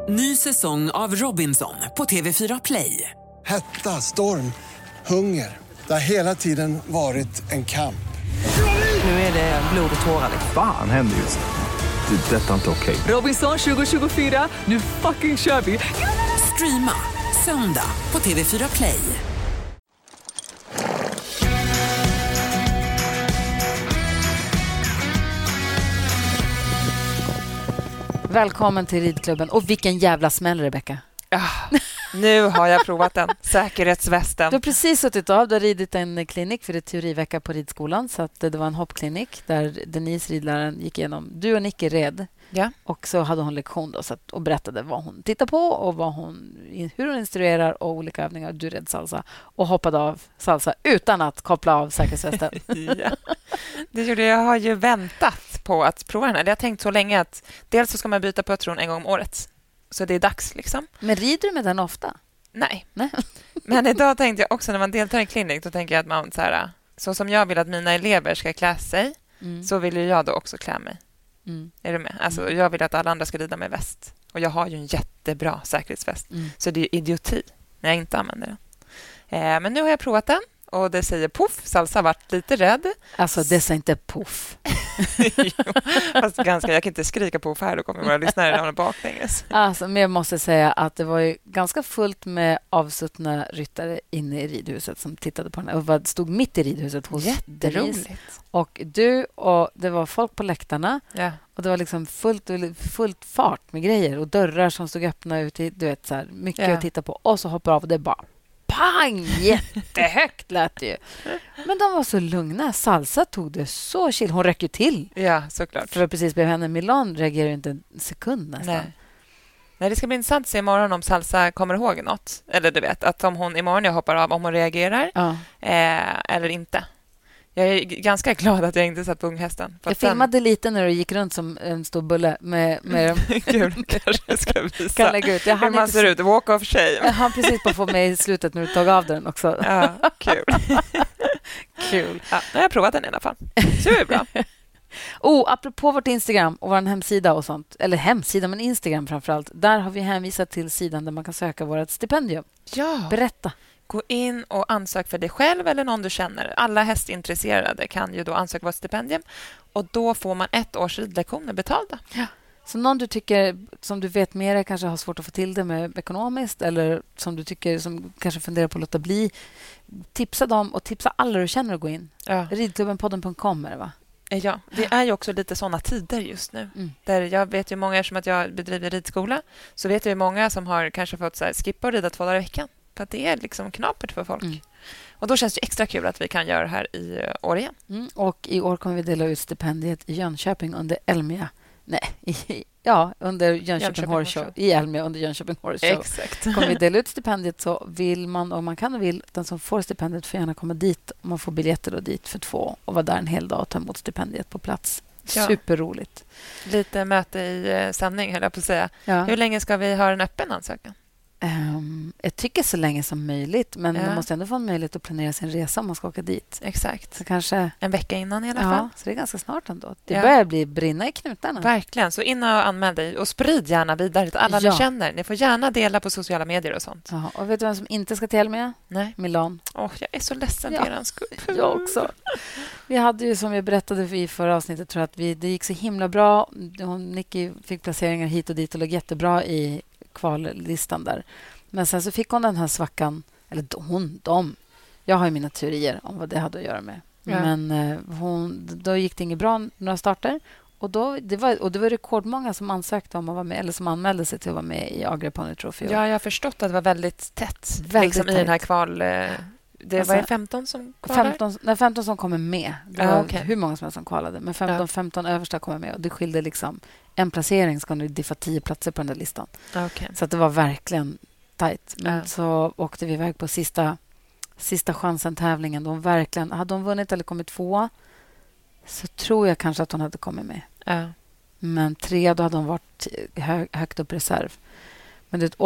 Ny säsong av Robinson på TV4 Play. Hetta, storm, hunger. Det har hela tiden varit en kamp. Nu är det blod och tårar. Fan händer just nu. Det. Detta är inte okej. Robinson 2024, nu fucking kör vi. Streama söndag på TV4 Play. Välkommen till ridklubben. Och vilken jävla smäll, Rebecka. Nu har jag provat den. Säkerhetsvästen. Du har precis suttit av. Du har ridit en klinik för det teorivecka på ridskolan. Så att det var en hoppklinik där Denise, ridläraren, gick igenom. Du och Nicky red. Ja. Och så hade hon lektion då, så att, och berättade vad hon tittar på och hur hon instruerar och olika övningar. Du red salsa och hoppade av salsa utan att koppla av säkerhetsvästen. Ja. Det gjorde jag. Har ju väntat på att prova den här. Jag har tänkt så länge att dels så ska man byta pötron en gång om året. Så det är dags liksom. Men rider du med den ofta? Nej. Nej. Men idag tänkte jag också när man deltar i klinik, då tänker jag att man så som jag vill att mina elever ska klä sig, så vill ju jag då också klä mig. Är du med? Alltså, jag vill att alla andra ska rida med väst. Och jag har ju en jättebra säkerhetsväst. Så det är ju idioti när jag inte använder den. Men nu har jag provat den. Och det säger poff. Salsa har varit lite rädd. Alltså, det säger inte poff. Fast ganska, jag kan inte skrika poff här. Då kommer våra lyssnare ramla baklänges. Alltså, men jag måste säga att det var ju ganska fullt med avsuttna ryttare inne i ridhuset som tittade på den. Och stod mitt i ridhuset hos Denise. Och du och det var folk på läktarna. Ja. Och det var liksom fullt fart med grejer. Och dörrar som stod öppna ut i, du vet, så här, mycket att titta på. Och så hoppar av och det bara pang! Jättehögt lät det ju. Men de var så lugna. Salsa tog det så chill. Hon räcker till. Ja, såklart. För precis bredvid henne. Milan reagerar inte en sekund nästan. Nej, det ska bli intressant att se imorgon om Salsa kommer ihåg något. Eller du vet, att om hon imorgon jag hoppar av, om hon reagerar eller inte. Jag är ganska glad att jag inte satt på unghästen. Jag filmade lite när du gick runt som en stor bulle med Kul, kanske ska visa. Kan lägga ut. Hur man ser ut, walk of shame. Jag hann precis på att få med i slutet när du tog av den också. Ja, kul. Kul. Ja, jag har provat den i alla fall. Så det är bra. Apropå vårt Instagram och vår hemsida och sånt. Eller hemsida, men Instagram framförallt. Där har vi hänvisat till sidan där man kan söka vårt stipendium. Ja. Berätta. Gå in och ansök för dig själv eller någon du känner. Alla hästintresserade kan ju då ansöka vårt stipendium. Och då får man 1 års ridlektioner betalda. Ja. Så någon du tycker, som du vet mer, kanske har svårt att få till det med ekonomiskt, eller som du tycker, som kanske funderar på att låta bli, tipsa dem och tipsa alla du känner att gå in. Ja. Ridklubbenpodden.com är det, va? Ja, det är ju också lite såna tider just nu. Där jag vet ju många, eftersom att jag bedriver ridskola, så vet jag ju många som har kanske fått så här, skippa och rida 2 dagar i veckan. För att det är liksom knapert för folk. Och då känns det extra kul att vi kan göra det här i år igen. Och i år kommer vi dela ut stipendiet i Jönköping under Elmia. Under Jönköping Horse Show. I Elmia under Jönköping Horse Show. Exakt. Kommer vi dela ut stipendiet, så vill man, om man kan och vill, den som får stipendiet får gärna komma dit. Man får biljetter då dit för 2 och vara där en hel dag och ta emot stipendiet på plats. Ja. Superroligt. Lite möte i sändning, höll jag på att säga. Ja. Hur länge ska vi ha en öppen ansökan? Jag tycker så länge som möjligt, men man måste ändå få en möjlighet att planera sin resa om man ska åka dit. Exakt. Så kanske en vecka innan i alla fall. Så det är ganska snart ändå. Det börjar brinna i knutarna. Verkligen. Så in och anmäl dig och sprid gärna vidare till alla ni känner. Ni får gärna dela på sociala medier och sånt. Ja, och vet du vem som inte ska till med? Nej. Milan. Jag är så ledsen för er skull. Jag också. Vi hade ju, som jag berättade i förra avsnittet, tror jag, att det gick så himla bra. Nicky fick placeringar hit och dit och låg jättebra i kvallistan där. Men sen så fick hon den här svackan, eller de. Jag har ju mina teorier om vad det hade att göra med. Ja. Men då gick det inget bra några starter. Och det var rekordmånga som ansökte om att vara med, eller som anmälde sig till att vara med i Agria Pony Trophy. Ja, jag har förstått att det var väldigt tätt. Liksom tätt. I den här kval... Det var 15 som kvalade? 15 som kommer med. Det var hur många som helst som kvalade. Men 15 översta kommer med. Och det skilde liksom en placering, ska nu diffa 10 platser på den där listan. Okay. Så att det var verkligen tajt. Men så åkte vi iväg på sista chansen-tävlingen. Hade de vunnit eller kommit 2, så tror jag kanske att hon hade kommit med. Men 3, då hade hon varit högt upp i reserv. Men vi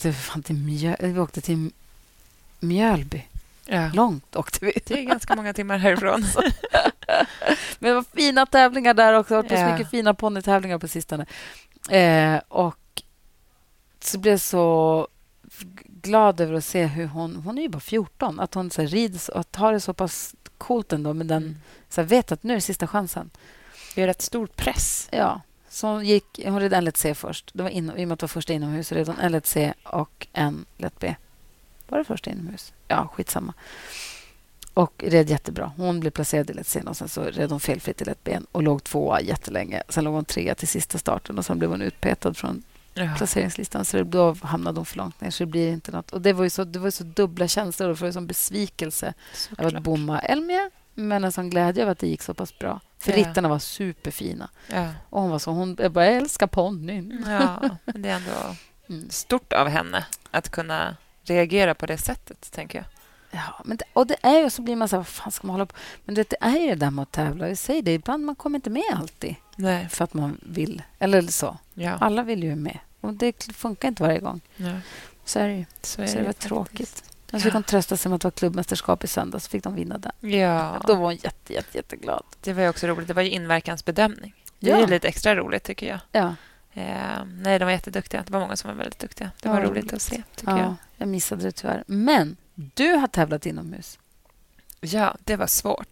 åkte till Mjölby. Ja. Långt åkte vi. Det är ganska många timmar härifrån. Men det var fina tävlingar där också. Det var så mycket fina ponnytävlingar på sistone. Och så blev jag så glad över att se hur hon är ju bara 14, att hon så här, rider och tar det så pass coolt ändå med den, så här, vet att nu är det sista chansen. Det är rätt stor press. Ja, så hon red en lätt C först. Det var i och med att det var första inomhus, så red hon en lätt C och en lätt B. Var det första inomhus? Ja, skitsamma. Och red jättebra. Hon blev placerad i lätt C och sen så red hon felfritt i lätt B och låg 2 jättelänge. Sen låg hon 3 till sista starten och sen blev hon utpetad från placeringslistan, så då hamnade hon för långt ner, så det blir inte något. Och det var ju så dubbla känslor, och för en sån besvikelse av att bomma Elmia, men en sån glädje av att det gick så pass bra. För rittarna var superfina. Ja. Och hon var så, jag bara älskar ponnyn. Ja, men det är ändå stort av henne att kunna reagera på det sättet, tänker jag. Ja, men och det är ju, så blir man så här, vad fan ska man hålla på? Men det är ju det där med att tävla. Jag säger det, ibland man kommer inte med alltid. Nej. För att man vill. Eller så. Ja. Alla vill ju med. Och det funkar inte varje gång. Nej. Så är det ju. Så det var tråkigt. Så fick hon trösta sig med att det var klubbmästerskap i söndag, så fick de vinna den. Ja. Då var hon jätteglad. Det var ju också roligt. Det var ju inverkansbedömning. Det är ju lite extra roligt, tycker jag. Ja. Nej, de var jätteduktiga. Det var många som var väldigt duktiga. Det var roligt att se, tycker jag. Jag missade det tyvärr. Men du har tävlat inomhus. Ja, det var svårt.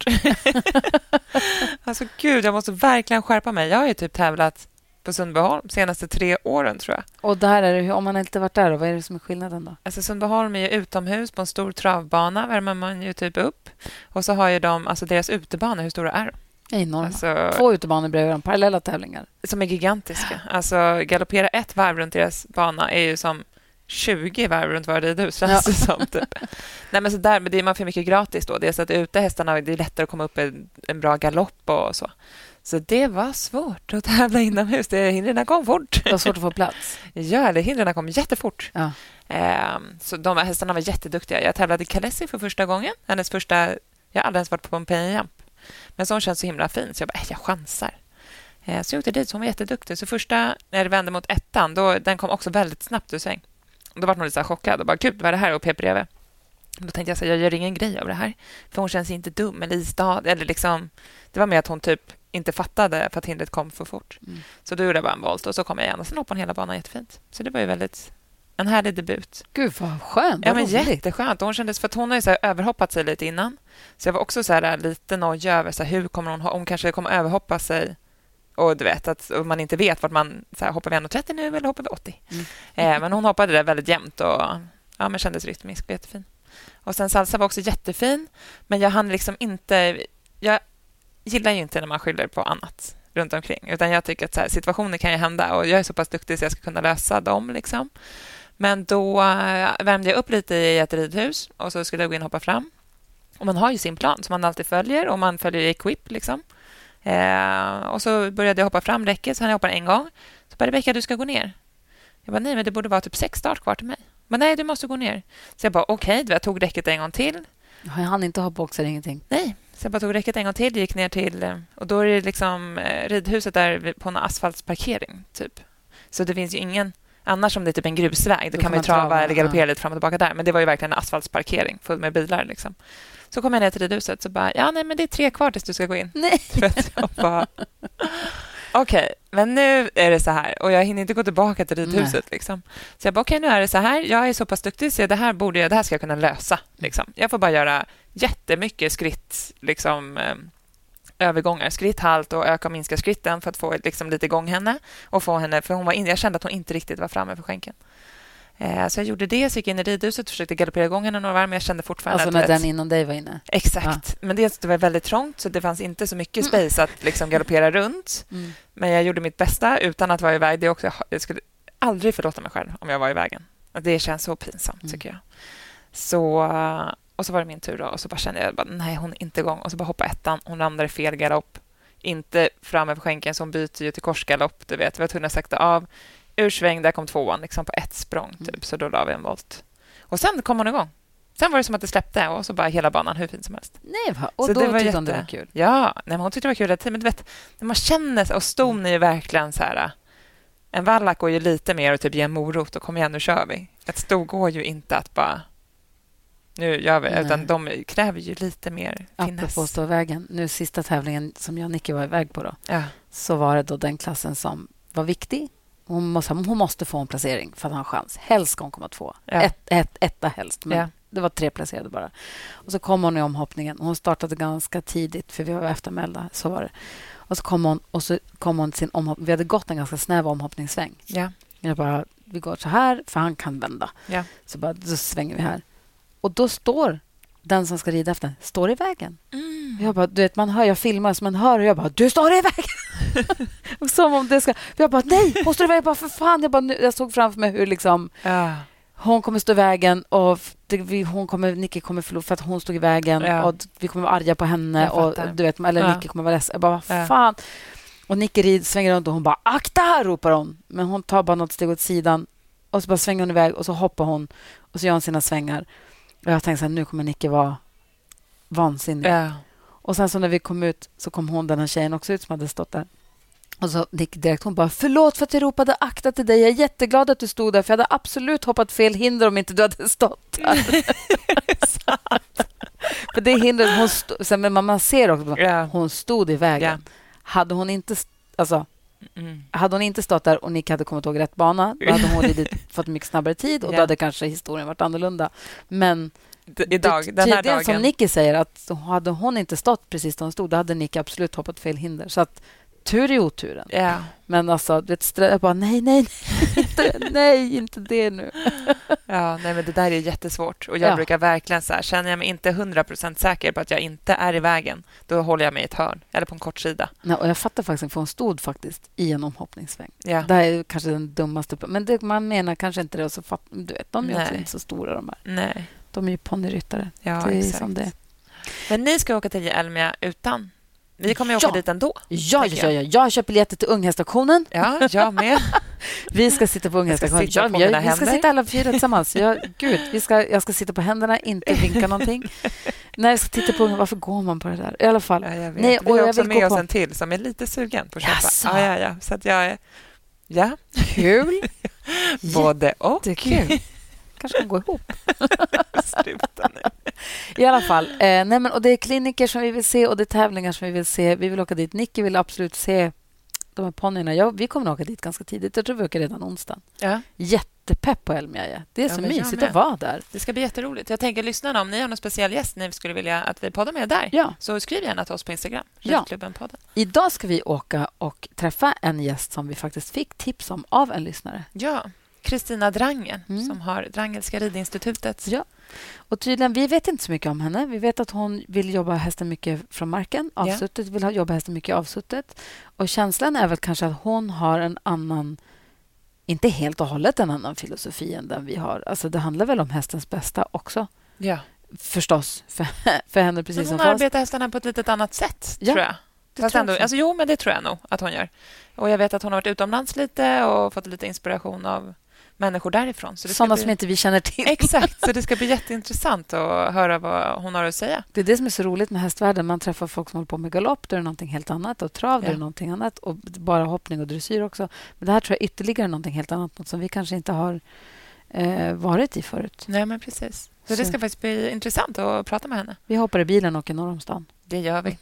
Alltså gud, jag måste verkligen skärpa mig. Jag har ju typ tävlat på Sundbyholm de senaste 3 åren, tror jag. Och där är det, om man inte varit där, vad är det som är skillnaden då? Alltså Sundbyholm är ju utomhus på en stor travbana, värmer man ju typ upp. Och så har ju de, alltså deras utebana, hur stora är de? Enorma. Alltså, 2 utebanor bredvid dem, parallella tävlingar. Som är gigantiska. Alltså galoppera 1 varv runt deras bana är ju som 20 varv runt var ridhus, känns det som. Typ. Nej, men så där, men det är man för mycket gratis då. Det är så att ute hästarna, det är lättare att komma upp en bra galopp och så. Så det var svårt att tävla inomhus. Hindren kom fort. Det var svårt att få plats. Ja, hindren kom jättefort. Ja. Så de här hästarna var jätteduktiga. Jag tävlade i Kalessi för första gången. Jag har aldrig ens varit på en penjamp. Men så hon känns så himla fin, så jag bara, jag chansar. Så jag åkte dit, så hon var jätteduktig. Så första, när det vände mot 1, den kom också väldigt snabbt ur sväng. Då var hon lite så chockad och bara, gud, vad är det här? Och pep bredvid. Då tänkte jag så jag gör ingen grej av det här. För hon känns inte dum eller istad. Eller liksom, det var mer att hon typ inte fattade för att hindret kom för fort. Så då gjorde jag bara en volt och så kom jag igen. Och sen hoppade hon hela banan jättefint. Så det var ju väldigt en härlig debut. Gud, vad skönt. Ja, men jätteskönt. Och hon kändes, för att hon har ju så här överhoppat sig lite innan. Så jag var också så här lite nojig över så här, hur kommer hon kanske kommer överhoppa sig. Och du vet att man inte vet vart man så här, hoppar vi 1,30 nu eller hoppar vi 80. Men hon hoppade där väldigt jämnt och ja, men kändes rytmisk, jättefin. Och sen salsa var också jättefin, men jag hann liksom inte, jag gillar ju inte när man skyller på annat runt omkring, utan jag tycker att så här, situationer kan ju hända och jag är så pass duktig så jag ska kunna lösa dem liksom. Men då värmde jag upp lite i ett ridhus och så skulle jag gå in och hoppa fram. Och man har ju sin plan som man alltid följer och man följer equip liksom. Och så började jag hoppa fram räcket, så han hoppade en gång. Så bara, Rebecka, du ska gå ner. Jag bara, nej, men det borde vara typ 6 start kvar till mig. Men nej, du måste gå ner. Så jag bara, okej, jag tog räcket en gång till. Jag hann inte hoppa också, ingenting. Nej, så jag bara tog räcket en gång till, gick ner till, och då är det liksom ridhuset där på en asfaltsparkering typ. Så det finns ju ingen, annars om det är typ en grusväg, då kan man ju trava eller galoppera lite fram och tillbaka där. Men det var ju verkligen en asfaltsparkering full med bilar liksom. Så kom jag ner till ridhuset så bara, ja nej, men det är 3 kvar tills du ska gå in. Nej. För att jag bara, okej, men nu är det så här. Och jag hinner inte gå tillbaka till ridhuset liksom. Så jag bara, okej, nu är det så här. Jag är så pass duktig så det här ska jag kunna lösa liksom. Jag får bara göra jättemycket skritt liksom, övergångar, skritt, halt och öka och minska skritten för att få liksom lite igång henne och få henne, för jag kände att hon inte riktigt var framme för skänken. Så jag gjorde det, så gick in i ridhuset och försökte galoppera igång henne några varv, men jag kände fortfarande alltså när den innan dig var inne? Exakt, men det var väldigt trångt så det fanns inte så mycket space att liksom galoppera runt. Men jag gjorde mitt bästa utan att vara i väg. Jag skulle aldrig förlåta mig själv om jag var i vägen. Det känns så pinsamt tycker jag. Så, och så var det min tur då, och så bara kände jag nej, hon är inte igång, och så bara hoppa 1, hon landade fel galopp, inte framme för skänken, så hon byter ju till korsgalopp, du vet, vi var tvungna att sakta av. Ur sväng, där kom 2 liksom på 1 språng typ, så då la vi en volt. Och sen kom hon igång. Sen var det som att det släppte och så bara hela banan hur fint som helst. Nej, och så då tyckte hon det var kul. Ja, nej, men hon tyckte det var kul hela tiden. Men du vet, när man känner och ston är ju verkligen så här. En vallack går ju lite mer och typ ge en morot och kom igen, nu kör vi. Ett sto går ju inte att bara nu gör vi, utan de kräver ju lite mer finess. Apropå stå i vägen. Nu sista tävlingen som jag och Nicky var iväg på då. Ja. Så var det då den klassen som var viktig hon måste få en placering för att ha en chans. Helst ska hon komma 2. Etta helst. Men det var 3 placerade bara. Och så kom hon i omhoppningen. Hon startade ganska tidigt för vi var eftermälda. Så var det. Och så kom hon till sin omhoppning. Vi hade gått en ganska snäv omhoppningssväng. Ja. Jag bara, vi går så här för han kan vända. Ja. Så svänger vi här. Och då står den som ska rida efter står i vägen. Jag bara, du vet, jag filmar så man hör och jag bara, du står i vägen. Och som om det ska... Jag bara, nej, hon står i vägen. Bara, för fan. Jag såg framför mig hur liksom... Hon kommer stå i vägen och Nicky kommer förlora för att hon stod i vägen och vi kommer vara arga på henne och du vet, eller Nicky kommer vara ledsen. Jag bara, vad fan. Och Nicky svänger runt och hon bara, akta, ropar hon. Men hon tar bara något steg åt sidan och så bara svänger hon iväg och så hoppar hon och så gör hon sina svängar. Och jag tänkte så här, nu kommer Nicky vara vansinnig. Och sen så när vi kom ut så kom hon, den här tjejen också ut som hade stått där. Och så Nick direkt, hon bara, förlåt för att jag ropade akta till dig. Jag är jätteglad att du stod där för jag hade absolut hoppat fel hinder om inte du hade stått där. För det hindret, men man ser också, hon stod i vägen. Hade hon inte hade hon inte stått där och Nick hade kommit ihåg rätt bana, då hade hon fått mycket snabbare tid och då hade kanske historien varit annorlunda. Men den här dagen som Nicky säger, att hade hon inte stått precis där hon stod, då hade Nick absolut hoppat fel hinder. Så att tur i oturen. Men alltså, jag bara, nej, inte det nu. Nej, men det där är jättesvårt. Och jag brukar verkligen så här, känner jag mig inte 100% säker på att jag inte är i vägen, då håller jag mig i ett hörn eller på en kort sida. Nej, och jag fattar faktiskt, för hon stod faktiskt i en omhoppningssväng. Det här är kanske den dummaste. Men man menar kanske inte det. Och så du vet, de är inte så stora de här. Nej. De är ju ponnyryttare. Ja, det är exakt. som det. Men ni ska åka till Elmia utan... Vi kommer ju åka dit ändå. Ja. Jag köper biljetter till Unghästauktionen. Ja, jag med. Vi ska sitta på Unghästauktionen. Vi ska sitta alla 4 tillsammans. Jag ska sitta på händerna, inte vinka någonting. När jag ska titta på Ungen, varför går man på det där? I alla fall. Ja, jag vet. Nej, och vi har jag också vill med gå oss på... en till som är lite sugen på att köpa. Jaså. Så att jag är... Ja. Kul. Både och. Det är kul. Kanske kan gå ihop. Sluta nu. I alla fall. Och det är kliniker som vi vill se och det är tävlingar som vi vill se. Vi vill åka dit. Nicky vill absolut se de här ponnyerna. Vi kommer att åka dit ganska tidigt. Jag tror vi åker redan onsdagen. Ja. Jättepepp på Elmia. Det är så mysigt att vara där. Det ska bli jätteroligt. Jag tänker, lyssna om ni har någon speciell gäst ni skulle vilja att vi poddar med där. Så skriv gärna till oss på Instagram. Ridklubben-podden. Idag ska vi åka och träffa en gäst som vi faktiskt fick tips om av en lyssnare. Ja. Kristina Drangel som har Drangelska ridinstitutet. Ja. Och tydligen, vi vet inte så mycket om henne. Vi vet att hon vill jobba hästen mycket från marken. Avsuttet vill jobba hästen mycket avsuttet. Och känslan är väl kanske att hon har en annan, inte helt och hållet en annan filosofi än den vi har. Alltså det handlar väl om hästens bästa också. Ja. Förstås, för henne precis men som hon arbetar hästarna på ett litet annat sätt, tror jag. Men det tror jag nog att hon gör. Och jag vet att hon har varit utomlands lite och fått lite inspiration av människor därifrån. Så sådana som inte vi känner till. Exakt, så det ska bli jätteintressant att höra vad hon har att säga. Det är det som är så roligt med hästvärlden. Man träffar folk som håller på med galopp, då är det någonting helt annat. Och trav, då är det någonting annat. Och bara hoppning och dressyr också. Men det här tror jag ytterligare någonting helt annat. Något som vi kanske inte har varit i förut. Nej, men precis. Så det ska faktiskt bli intressant att prata med henne. Vi hoppar i bilen och åker norr om stan. Det gör vi.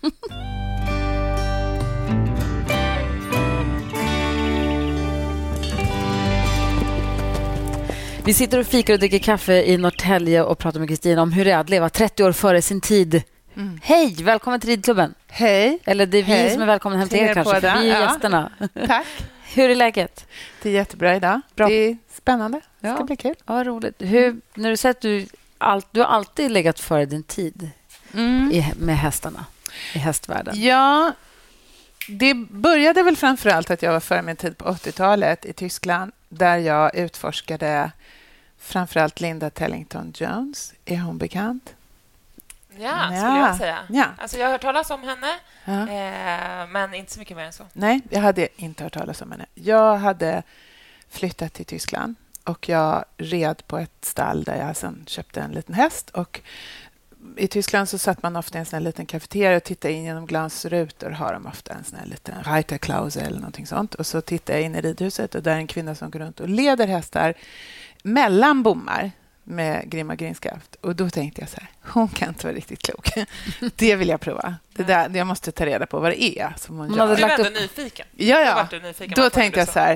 Vi sitter och fikar och dricker kaffe i Norrtälje och pratar med Kristina om hur det är att leva 30 år före sin tid. Hej, välkommen till Ridklubben. Hej. Eller det är vi som är välkomna hem till er kanske, för vi är gästerna. Tack. Hur är läget? Det är jättebra idag. Bra. Det är spännande. Det ska bli kul. Ja, roligt. När du säger att du har alltid legat före din tid med hästarna i hästvärlden. Ja, det började väl framförallt att jag var före min tid på 80-talet i Tyskland, där jag utforskade framförallt Linda Tellington-Jones. Är hon bekant? Ja, skulle jag säga. Ja. Alltså, jag har hört talas om henne, men inte så mycket mer än så. Nej, jag hade inte hört talas om henne. Jag hade flyttat till Tyskland och jag red på ett stall där jag sen köpte en liten häst. Och i Tyskland så satt man ofta i en sån här liten kafeteria och tittade in genom glasrutor. Har de ofta en sån här liten Reiterklause eller någonting sånt. Och så tittade jag in i ridhuset och där är en kvinna som går runt och leder hästar mellan bommar med grima grinskaft. Och då tänkte jag så här, hon kan inte vara riktigt klok. Det vill jag prova. Det där, jag måste ta reda på vad det är som hon gör. Du var ändå nyfiken. Ja. Då tänkte jag så här,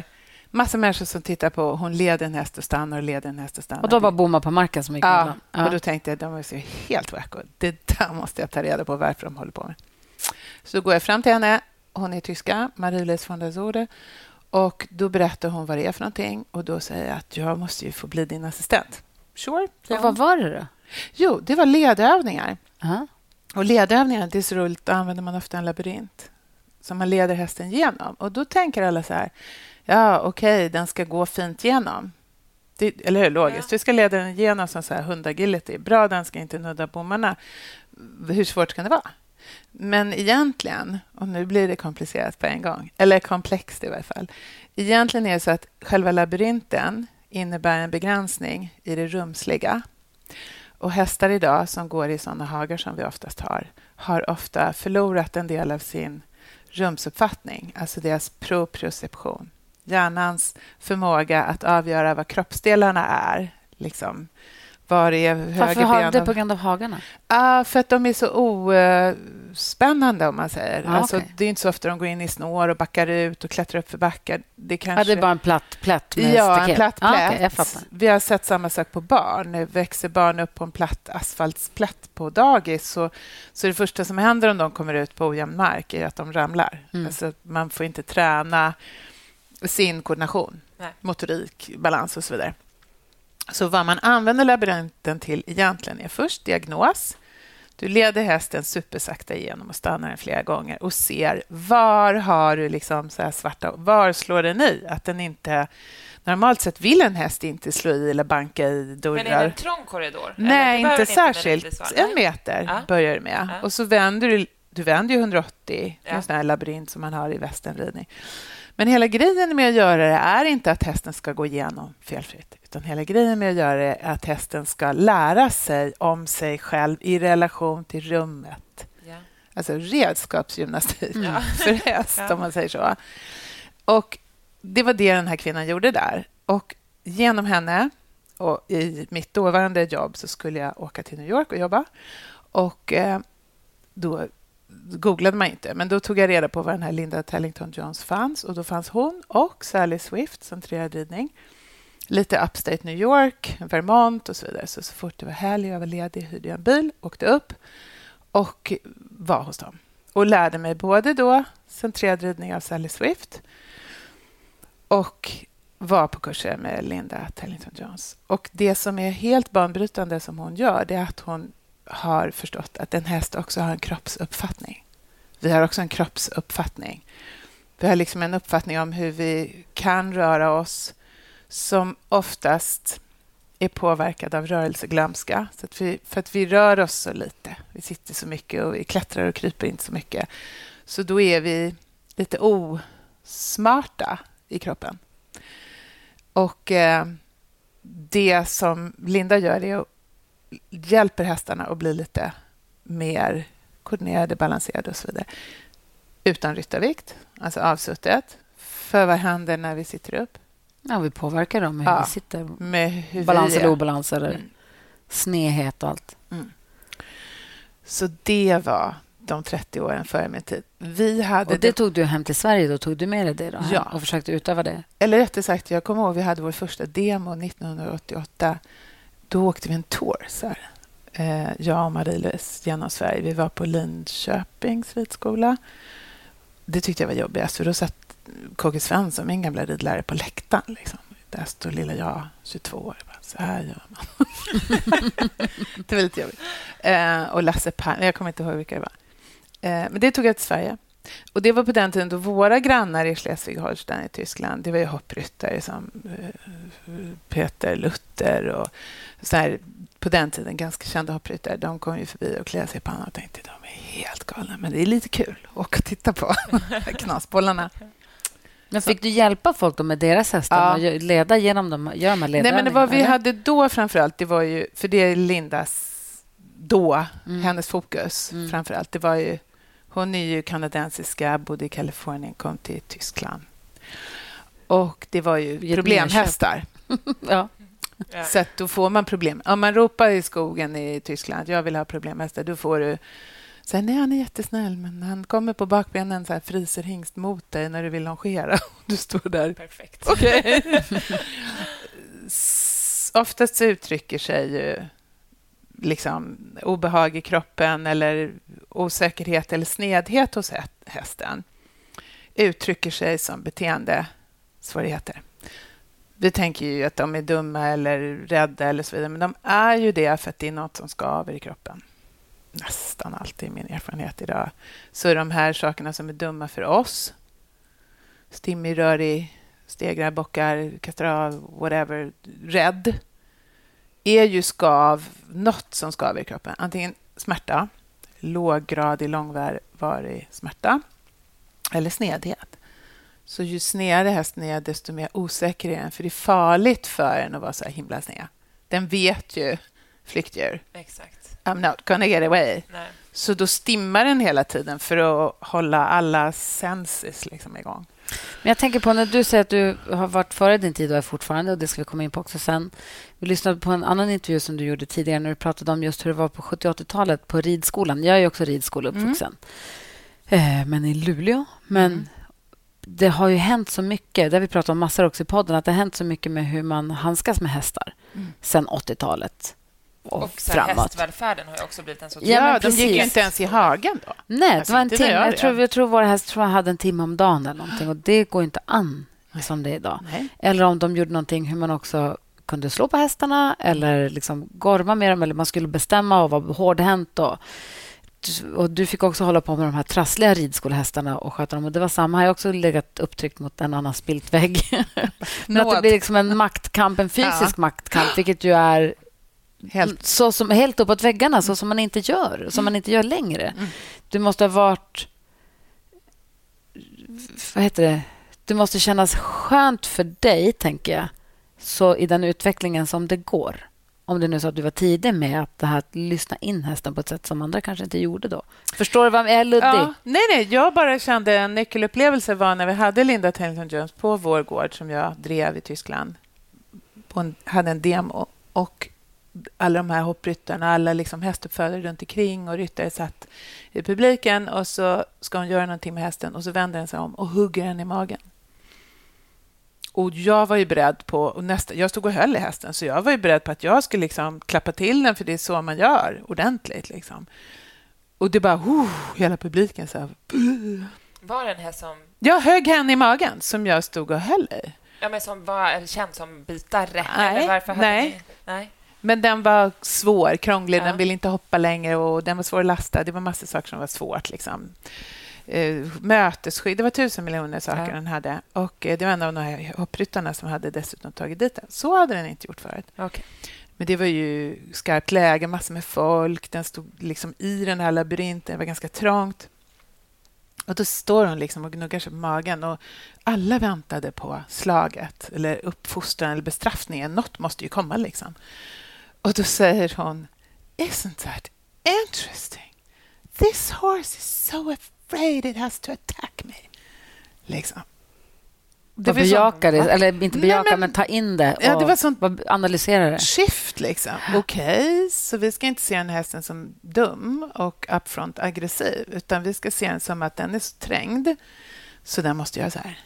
massa människor som tittar på. Hon leder en häst och stannar och leder en häst och stannar. Och då var bommar på marken som gick mellan. Ja, och då tänkte jag, de var så helt wacko. Det där måste jag ta reda på varför de håller på med. Så går jag fram till henne. Hon är tyska, Marie-Louise von der Zode. Och då berättar hon vad det är för någonting. Och då säger jag att jag måste ju få bli din assistent. Sure. Och vad var det då? Jo, det var ledövningar. Uh-huh. Och ledövningar, det är så roligt. Då använder man ofta en labyrint som man leder hästen genom. Och då tänker alla så här, ja okej, den ska gå fint genom. Eller hur? Logiskt. Du ska leda den igenom som så här hundagility. Bra, den ska inte nudda bommarna. Hur svårt kan det vara? Men egentligen, och nu blir det komplicerat på en gång, eller komplext i varje fall. Egentligen är det så att själva labyrinten innebär en begränsning i det rumsliga. Och hästar idag som går i sådana hagar som vi oftast har ofta förlorat en del av sin rumsuppfattning, alltså deras proprioception. Hjärnans förmåga att avgöra vad kroppsdelarna är, liksom. Var är Varför har det på grund av hagarna? För att de är så ospännande, om man säger. Alltså, okay. Det är inte så ofta de går in i snår och backar ut och klättrar upp för backar. Det är bara en platt plätt med en platt plätt. Okay, jag fattar. Vi har sett samma sak på barn. Nu växer barn upp på en platt asfaltsplätt på dagis. Så det första som händer om de kommer ut på ojämn mark är att de ramlar. Alltså, man får inte träna sin koordination, motorik, balans och så vidare. Så vad man använder labyrinten till egentligen är först diagnos. Du leder hästen supersakta igenom och stannar den flera gånger och ser var har du liksom så här svarta, var slår den i? Att den inte, normalt sett vill en häst inte slå i eller banka i dörrar. Men är det en trång korridor? Nej, inte särskilt. En meter börjar du med. Och så vänder du vänder ju 180. Det är en sån här labyrint som man har i västernridning. Men hela grejen med att göra det är inte att hästen ska gå igenom felfritt. Utan hela grejen med att göra det är att hästen ska lära sig om sig själv i relation till rummet. Yeah. Alltså redskapsgymnastik för häst, om man säger så. Och det var det den här kvinnan gjorde där. Och genom henne och i mitt dåvarande jobb så skulle jag åka till New York och jobba. Och då googlade man inte, men då tog jag reda på var den här Linda Tellington-Jones fanns. Och då fanns hon och Sally Swift som träridning. Lite upstate New York, Vermont och så vidare. Så fort det var helg och jag var ledig hyrde jag en bil, åkte upp och var hos dem. Och lärde mig både då centrerridning av Sally Swift och var på kurser med Linda Tellington-Jones. Och det som är helt banbrytande som hon gör, det är att hon har förstått att en häst också har en kroppsuppfattning. Vi har också en kroppsuppfattning. Vi har liksom en uppfattning om hur vi kan röra oss som oftast är påverkad av rörelseglömska. Så för att vi rör oss så lite. Vi sitter så mycket och vi klättrar och kryper inte så mycket. Så då är vi lite osmarta i kroppen. Och det som Linda gör är att hjälper hästarna att bli lite mer koordinerade, balanserade och så vidare. Utan ryttarvikt, alltså avsuttet. För vad händer när vi sitter upp? Ja, vi påverkar dem hur vi sitter. Med hur balans eller obalans eller snedhet och allt. Så det var de 30 åren före min tid. Och det tog du hem till Sverige, då tog du med dig det då? Ja. Och försökte utöva det? Eller rättare sagt, jag kommer ihåg vi hade vår första demo 1988. Då åkte vi en tour, så här. Jag och Marie-Louise genom Sverige. Vi var på Linköpings ridskola. Det tyckte jag var jobbigast, för då satt KG Svensson, min gamla ridlärare, på läktaren. Liksom. Där stod lilla jag, 22 år. Bara, så här gör man. Det var lite jobbigt. Och Lasse Palm, jag kommer inte ihåg vilka det var. Men det tog jag till Sverige. Och det var på den tiden då våra grannar i Schleswig-Holstein i Tyskland, det var ju hoppryttare som Peter Luther och så här, på den tiden ganska kända hoppryttare. De kom ju förbi och klädde sig i pannan och tänkte de är helt galna, men det är lite kul att åka och titta på knasbollarna. Men fick du hjälpa folk då med deras hästar? Ja. Leda genom dem? Gör man Nej, men det var vi hade då framförallt, det var ju, för det är Lindas då, hennes fokus framförallt, det var ju, hon är ju kanadensiska, bodde i Kalifornien, kom till Tyskland. Och det var ju problemhästar. Ja. Så att då får man problem. Om man ropar i skogen i Tyskland, jag vill ha problemhästar, då får du Sen är han jättesnäll, men han kommer på bakbenen så här, fryser hingst mot dig när du vill longera. Och du står där. Perfekt. Okej. Oftast uttrycker sig ju liksom obehag i kroppen eller osäkerhet eller snedhet hos hästen. Uttrycker sig som beteendesvårigheter. Vi tänker ju att de är dumma eller rädda eller så vidare, men de är ju det för att det är något som skaver i kroppen. Nästan alltid min erfarenhet idag. Så de här sakerna som är dumma för oss, stimmig, rörig, stegrar, bockar, kastar whatever, rädd, är ju något som skaver i kroppen. Antingen smärta, låggradig, långvarig smärta, eller snedhet. Så ju snedare hästen är, desto mer osäker är den. För det är farligt för den att vara så här himla sned. Den vet ju flyktdjur. Exakt. I'm not gonna get away. Nej. Så då stimmar den hela tiden för att hålla alla senses liksom igång. Men jag tänker på när du säger att du har varit före din tid och är fortfarande, och det ska vi komma in på också sen. Vi lyssnade på en annan intervju som du gjorde tidigare när du pratade om just hur det var på 70-80-talet på ridskolan. Jag är ju också ridskoleuppvuxen. Men i Luleå. Men det har ju hänt så mycket, det har vi pratat om massor också i podden, att det har hänt så mycket med hur man handskas med hästar sen 80-talet. Och framåt. Hästvälfärden har ju också blivit en så... Ja, de gick ju inte ens i hagen då. Nej, det var en timme. Jag tror våra hästar hade en timme om dagen eller någonting. Och det går inte an som det är idag. Nej. Eller om de gjorde någonting hur man också kunde slå på hästarna eller liksom gorma med dem, eller man skulle bestämma och vara hårdhänt. Och du fick också hålla på med de här trassliga ridskolehästarna och sköta dem. Och det var samma. Jag har också legat upptryckt mot en annan spiltvägg. Men att det blir liksom en maktkamp, en fysisk maktkamp, vilket ju är helt uppåt väggarna, så som man inte gör, som man inte gör längre. Du måste ha varit, vad heter det? Det måste kännas skönt för dig, tänker jag, så i den utvecklingen som det går. Om det nu är så att du var tidig med att lyssna in hästen på ett sätt som andra kanske inte gjorde då. Förstår du vad jag är luddig? Ja, nej, jag bara kände en nyckelupplevelse var när vi hade Linda Taylor-Jones på vår gård som jag drev i Tyskland. Hade en demo och alla de här hoppryttarna, alla liksom hästuppfödare runt omkring och ryttare satt i publiken, och så ska hon göra någonting med hästen och så vänder den sig om och hugger den i magen. Och jag var ju beredd på, jag stod och höll i hästen, så jag var ju beredd på att jag skulle liksom klappa till den, för det är så man gör ordentligt liksom. Och det bara hela publiken så här. Var det en häst som... Jag högg henne i magen som jag stod och höll i. Ja, men som var känd som bitare. Nej, eller varför nej. Men den var svår, krånglig, den ville inte hoppa längre och den var svår att lasta. Det var massor saker som var svårt. Liksom. Mötesskydd, det var 1000 miljoner saker den hade. Och det var en av de här hoppryttarna som hade dessutom tagit dit den. Så hade den inte gjort förut. Okay. Men det var ju skarpt läge, massor med folk. Den stod liksom i den här labyrinten, det var ganska trångt. Och då står hon liksom och gnuggar sig på magen och alla väntade på slaget eller uppfostran eller bestraffningen. Något måste ju komma liksom. Och då säger hon, isn't that interesting? This horse is so afraid it has to attack me. Liksom. Det bejaka det, eller inte bejaka, men ta in det och det var sånt analysera det. Shift liksom. Okej, så vi ska inte se den hästen som dum och upfront aggressiv, utan vi ska se den som att den är så trängd så den måste göra så här.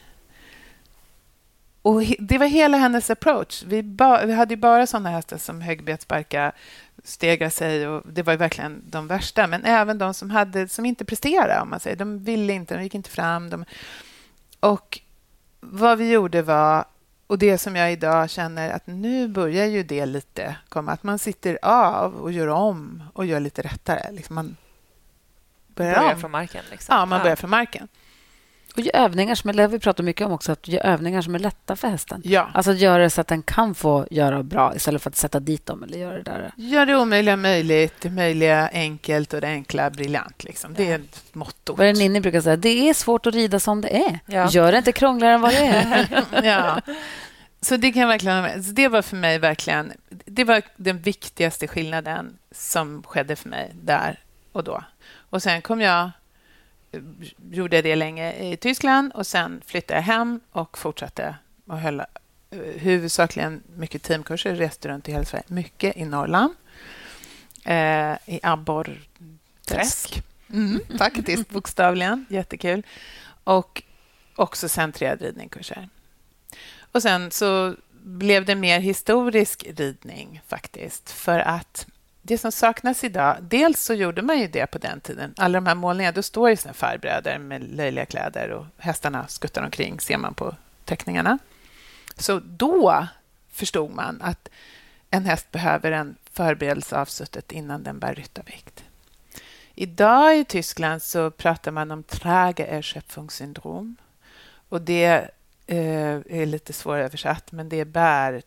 Och det var hela hennes approach. Vi hade ju bara såna hästar som högbetsparka, stegra sig, och det var ju verkligen de värsta, men även de som inte presterade, om man säger. De ville inte, de gick inte fram. Och vad vi gjorde var, och det som jag idag känner att nu börjar ju det lite komma, att man sitter av och gör om och gör lite rättare. Liksom man börjar från marken. Liksom. Ja, man börjar från marken. Och gör övningar som vi pratar mycket om också, att göra övningar som är lätta för hästen. Ja. Alltså att göra det så att den kan få göra bra istället för att sätta dit dem eller göra det där. Gör det omöjliga möjligt, det möjliga enkelt och det enkla briljant. Liksom. Det är ett motto. Vad är det Ninni brukar säga? Det är svårt att rida som det är. Ja. Gör det inte krångligare än vad det är. Ja. Så det kan verkligen, det var för mig verkligen, det var den viktigaste skillnaden som skedde för mig där och då. Och sen gjorde det länge i Tyskland och sen flyttade jag hem och fortsatte och höll huvudsakligen mycket teamkurser, reste runt i hela Sverige, mycket i Norrland, i abborrträsk. Faktiskt, bokstavligen. Jättekul. Och också centrerad ridningkurser. Och sen så blev det mer historisk ridning faktiskt. För att det som saknas idag, dels så gjorde man ju det på den tiden. Alla de här målningarna, då står ju sina farbröder med löjliga kläder och hästarna skuttar omkring, ser man på teckningarna. Så då förstod man att en häst behöver en förberedelse av suttet innan den bär ryttarvikt. Idag i Tyskland så pratar man om Trageerschöpfungssyndrom. Och det är lite svåröversatt, men det är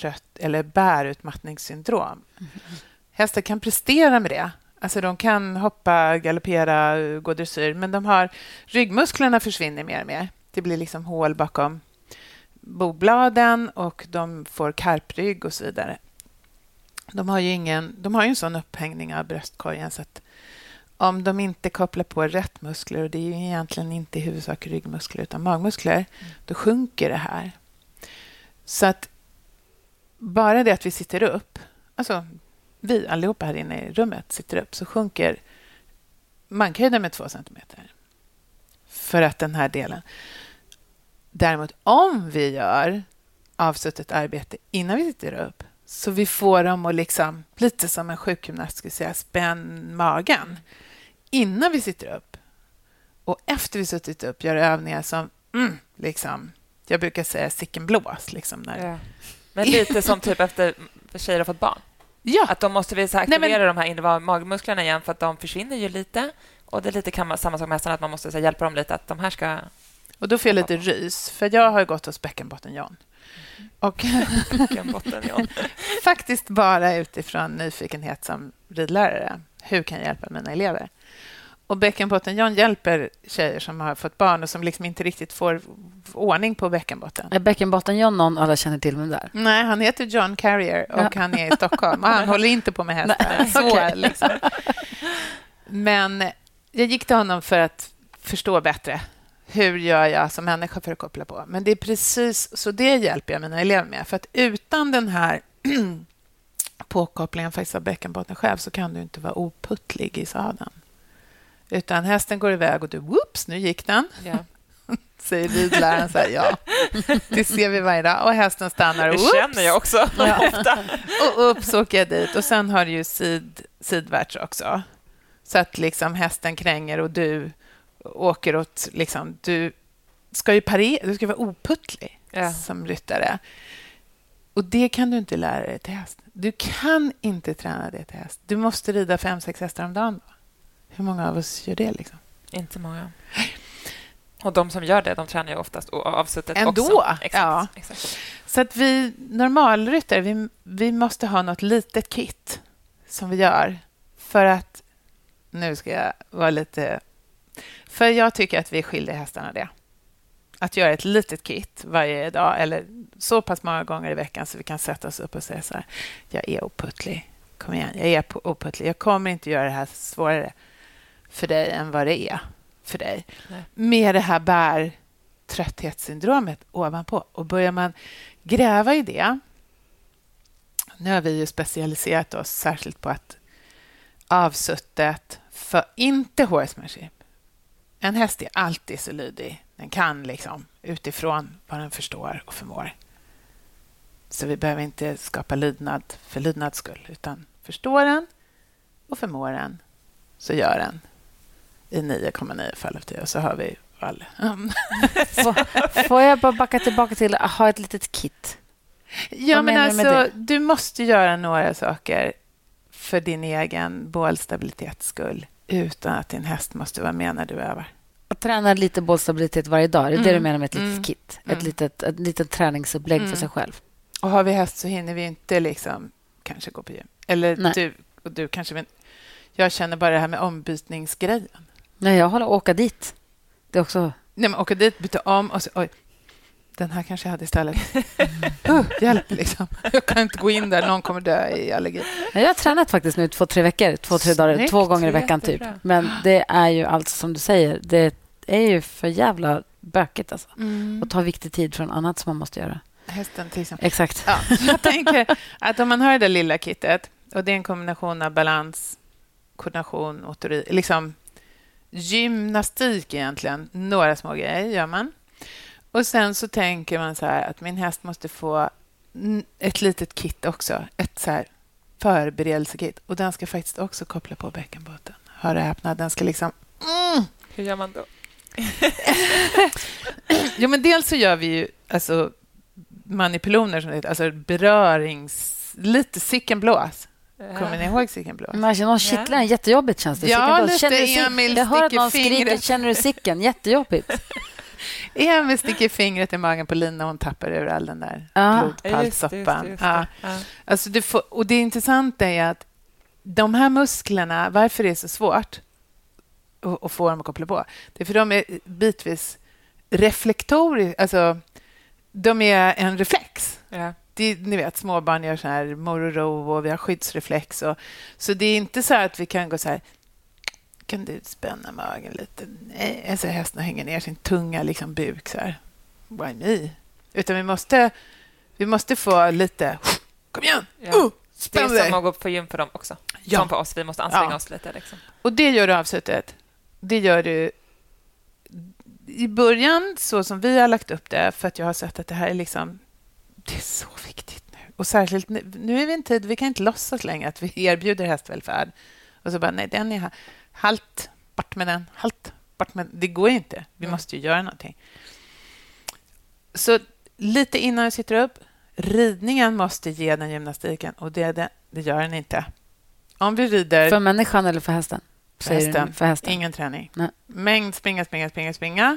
bärutmattningssyndrom. Hästar kan prestera med det. Alltså de kan hoppa, galoppera, gå dressyr, men ryggmusklerna försvinner mer och mer. Det blir liksom hål bakom bogbladen och de får karprygg och så vidare. De har ju en sån upphängning av bröstkorgen så att om de inte kopplar på rätt muskler, och det är ju egentligen inte i huvudsak ryggmuskler utan magmuskler, då sjunker det här. Så att bara det att vi sitter upp, alltså vi allihopa här inne i rummet sitter upp, så sjunker mankhöjden med 2 centimeter. För att den här delen. Däremot om vi gör avsuttet arbete innan vi sitter upp, så vi får dem att liksom, lite som en sjukgymnast skulle säga, spänn magen innan vi sitter upp. Och efter vi suttit upp gör övningar som, liksom, jag brukar säga sickenblås. Liksom, ja. Men lite som typ efter tjejer har fått barn. Ja. Att de måste aktivera de här inre magmusklerna igen, för att de försvinner ju lite. Och det är lite samma sak med hästarna, att man måste hjälpa dem lite, att de här ska... Och då får jag lite rys, för jag har gått hos Bäckenbotten John. Och faktiskt bara utifrån nyfikenhet som ridlärare. Hur kan jag hjälpa mina elever? Och Bäckenbotten John hjälper tjejer som har fått barn och som liksom inte riktigt får ordning på bäckenbotten. Är Bäckenbotten John någon alla känner till vem där? Nej, han heter John Carrier och han är i Stockholm. Och han håller inte på med hästar. Så, liksom. Men jag gick till honom för att förstå bättre. Hur gör jag som människa för att koppla på? Men det är precis så det hjälper jag mina elever med. För att utan den här påkopplingen faktiskt av bäckenbotten själv, så kan du inte vara oputtlig i sadeln. Utan hästen går iväg och du, whoops, nu gick den. Ja. Säger ridläraren så här, ja. Det ser vi varje dag. Och hästen stannar och det känner jag också. Ofta. Och upp så åker jag dit. Och sen har du ju sidvärts också. Så att liksom hästen kränger och du åker åt, liksom, du ska ju parera, du ska vara oputtlig som ryttare. Och det kan du inte lära dig till häst. Du kan inte träna det till häst. Du måste rida 5-6 hästar om dagen. Då. Hur många av oss gör det? Liksom? Inte många. Och de som gör det, de tränar ju oftast avsuttet ändå, också. Exakt. Så att vi normalryttare, vi måste ha något litet kit som vi gör. För att, nu ska jag vara lite... För jag tycker att vi skiljer hästarna det. Att göra ett litet kit varje dag eller så pass många gånger i veckan så vi kan sätta oss upp och säga så här, jag är oputtlig. Kom igen, jag är oputtlig. Jag kommer inte göra det här svårare för dig än vad det är för dig. Nej. Med det här bärtrötthetssyndromet ovanpå. Och börjar man gräva i det, nu har vi ju specialiserat oss särskilt på att avsuttet för inte horsemanship. En häst är alltid så lydig. Den kan liksom utifrån vad den förstår och förmår. Så vi behöver inte skapa lydnad för lydnads skull, utan förstår den och förmår den, så gör den i 9,9 fall av 10. Och så har vi alla. Får jag bara backa tillbaka till att ha ett litet kit? Ja, men alltså, du måste göra några saker för din egen bålstabilitets skull utan att din häst måste vara med när du övar. Att träna lite bålstabilitet varje dag, det är det du menar med ett litet kit? Ett litet träningsupplägg för sig själv? Och har vi häst så hinner vi inte liksom kanske gå på gym. Eller du kanske... Men jag känner bara det här med ombytningsgrejen. Nej, jag håller åka dit. Det är också... Nej, men åka dit, byta om och så... Oj, den här kanske jag hade istället. Hjälp, liksom. Jag kan inte gå in där, någon kommer dö i allergi. Jag har tränat faktiskt nu 2-3 veckor, 2-3 dagar, 2 gånger i veckan typ. Men det är ju alltså som du säger, det är ju för jävla bökigt alltså. Och ta viktig tid från annat som man måste göra. Hästen till exempel. Exakt. Ja, jag tänker att om man har det lilla kittet och det är en kombination av balans, koordination, liksom gymnastik egentligen. Några små grejer gör man. Och sen så tänker man så här att min häst måste få ett litet kit också. Ett så här förberedelsekit. Och den ska faktiskt också koppla på bäckenbotten. Hör och häpna, den ska liksom... Hur gör man då? Jo, men dels så gör vi ju alltså manipuloner som heter, alltså lite sickenblås. Kommer ni ihåg sickenblås? Men någon kittlar en jättejobbigt känns det. Ja, lite Emil jag hör att någon sticker skriker, fingret. känner du sicken? Jättejobbigt. Emil sticker fingret i magen på Lina och hon tappar ur all den där blodpalssoppan. Ja. Alltså och det intressanta är att de här musklerna, varför det är så svårt att få dem att koppla på, det är för de är bitvis reflektoriska, alltså de är en reflex. Ja. Ni vet, småbarn gör så här mororo och vi har skyddsreflex. Så det är inte så att vi kan gå så här, kan du spänna magen lite? Nej, alltså hästen hänger ner sin tunga liksom buk så här. Why me? Utan vi måste få lite, kom igen! Ja. Spänn det är dig! som att gå på gym för dem också. Ja. Som för oss, vi måste anstränga oss lite. Liksom. Och det gör du avslutet. Det gör du i början så som vi har lagt upp det, för att jag har sett att det här är liksom, det är så viktigt nu. Och särskilt nu är vi en tid, vi kan inte låtsas längre att vi erbjuder hästvälfärd. Och så bara, nej, den är här. Halt, bort med den. Halt, bort med den. Det går ju inte. Vi måste ju göra någonting. Så lite innan du sitter upp, ridningen måste ge den gymnastiken. Och det gör den inte. Om vi rider... För människan eller för hästen? För hästen. Ingen träning. Nej. Mängd springa.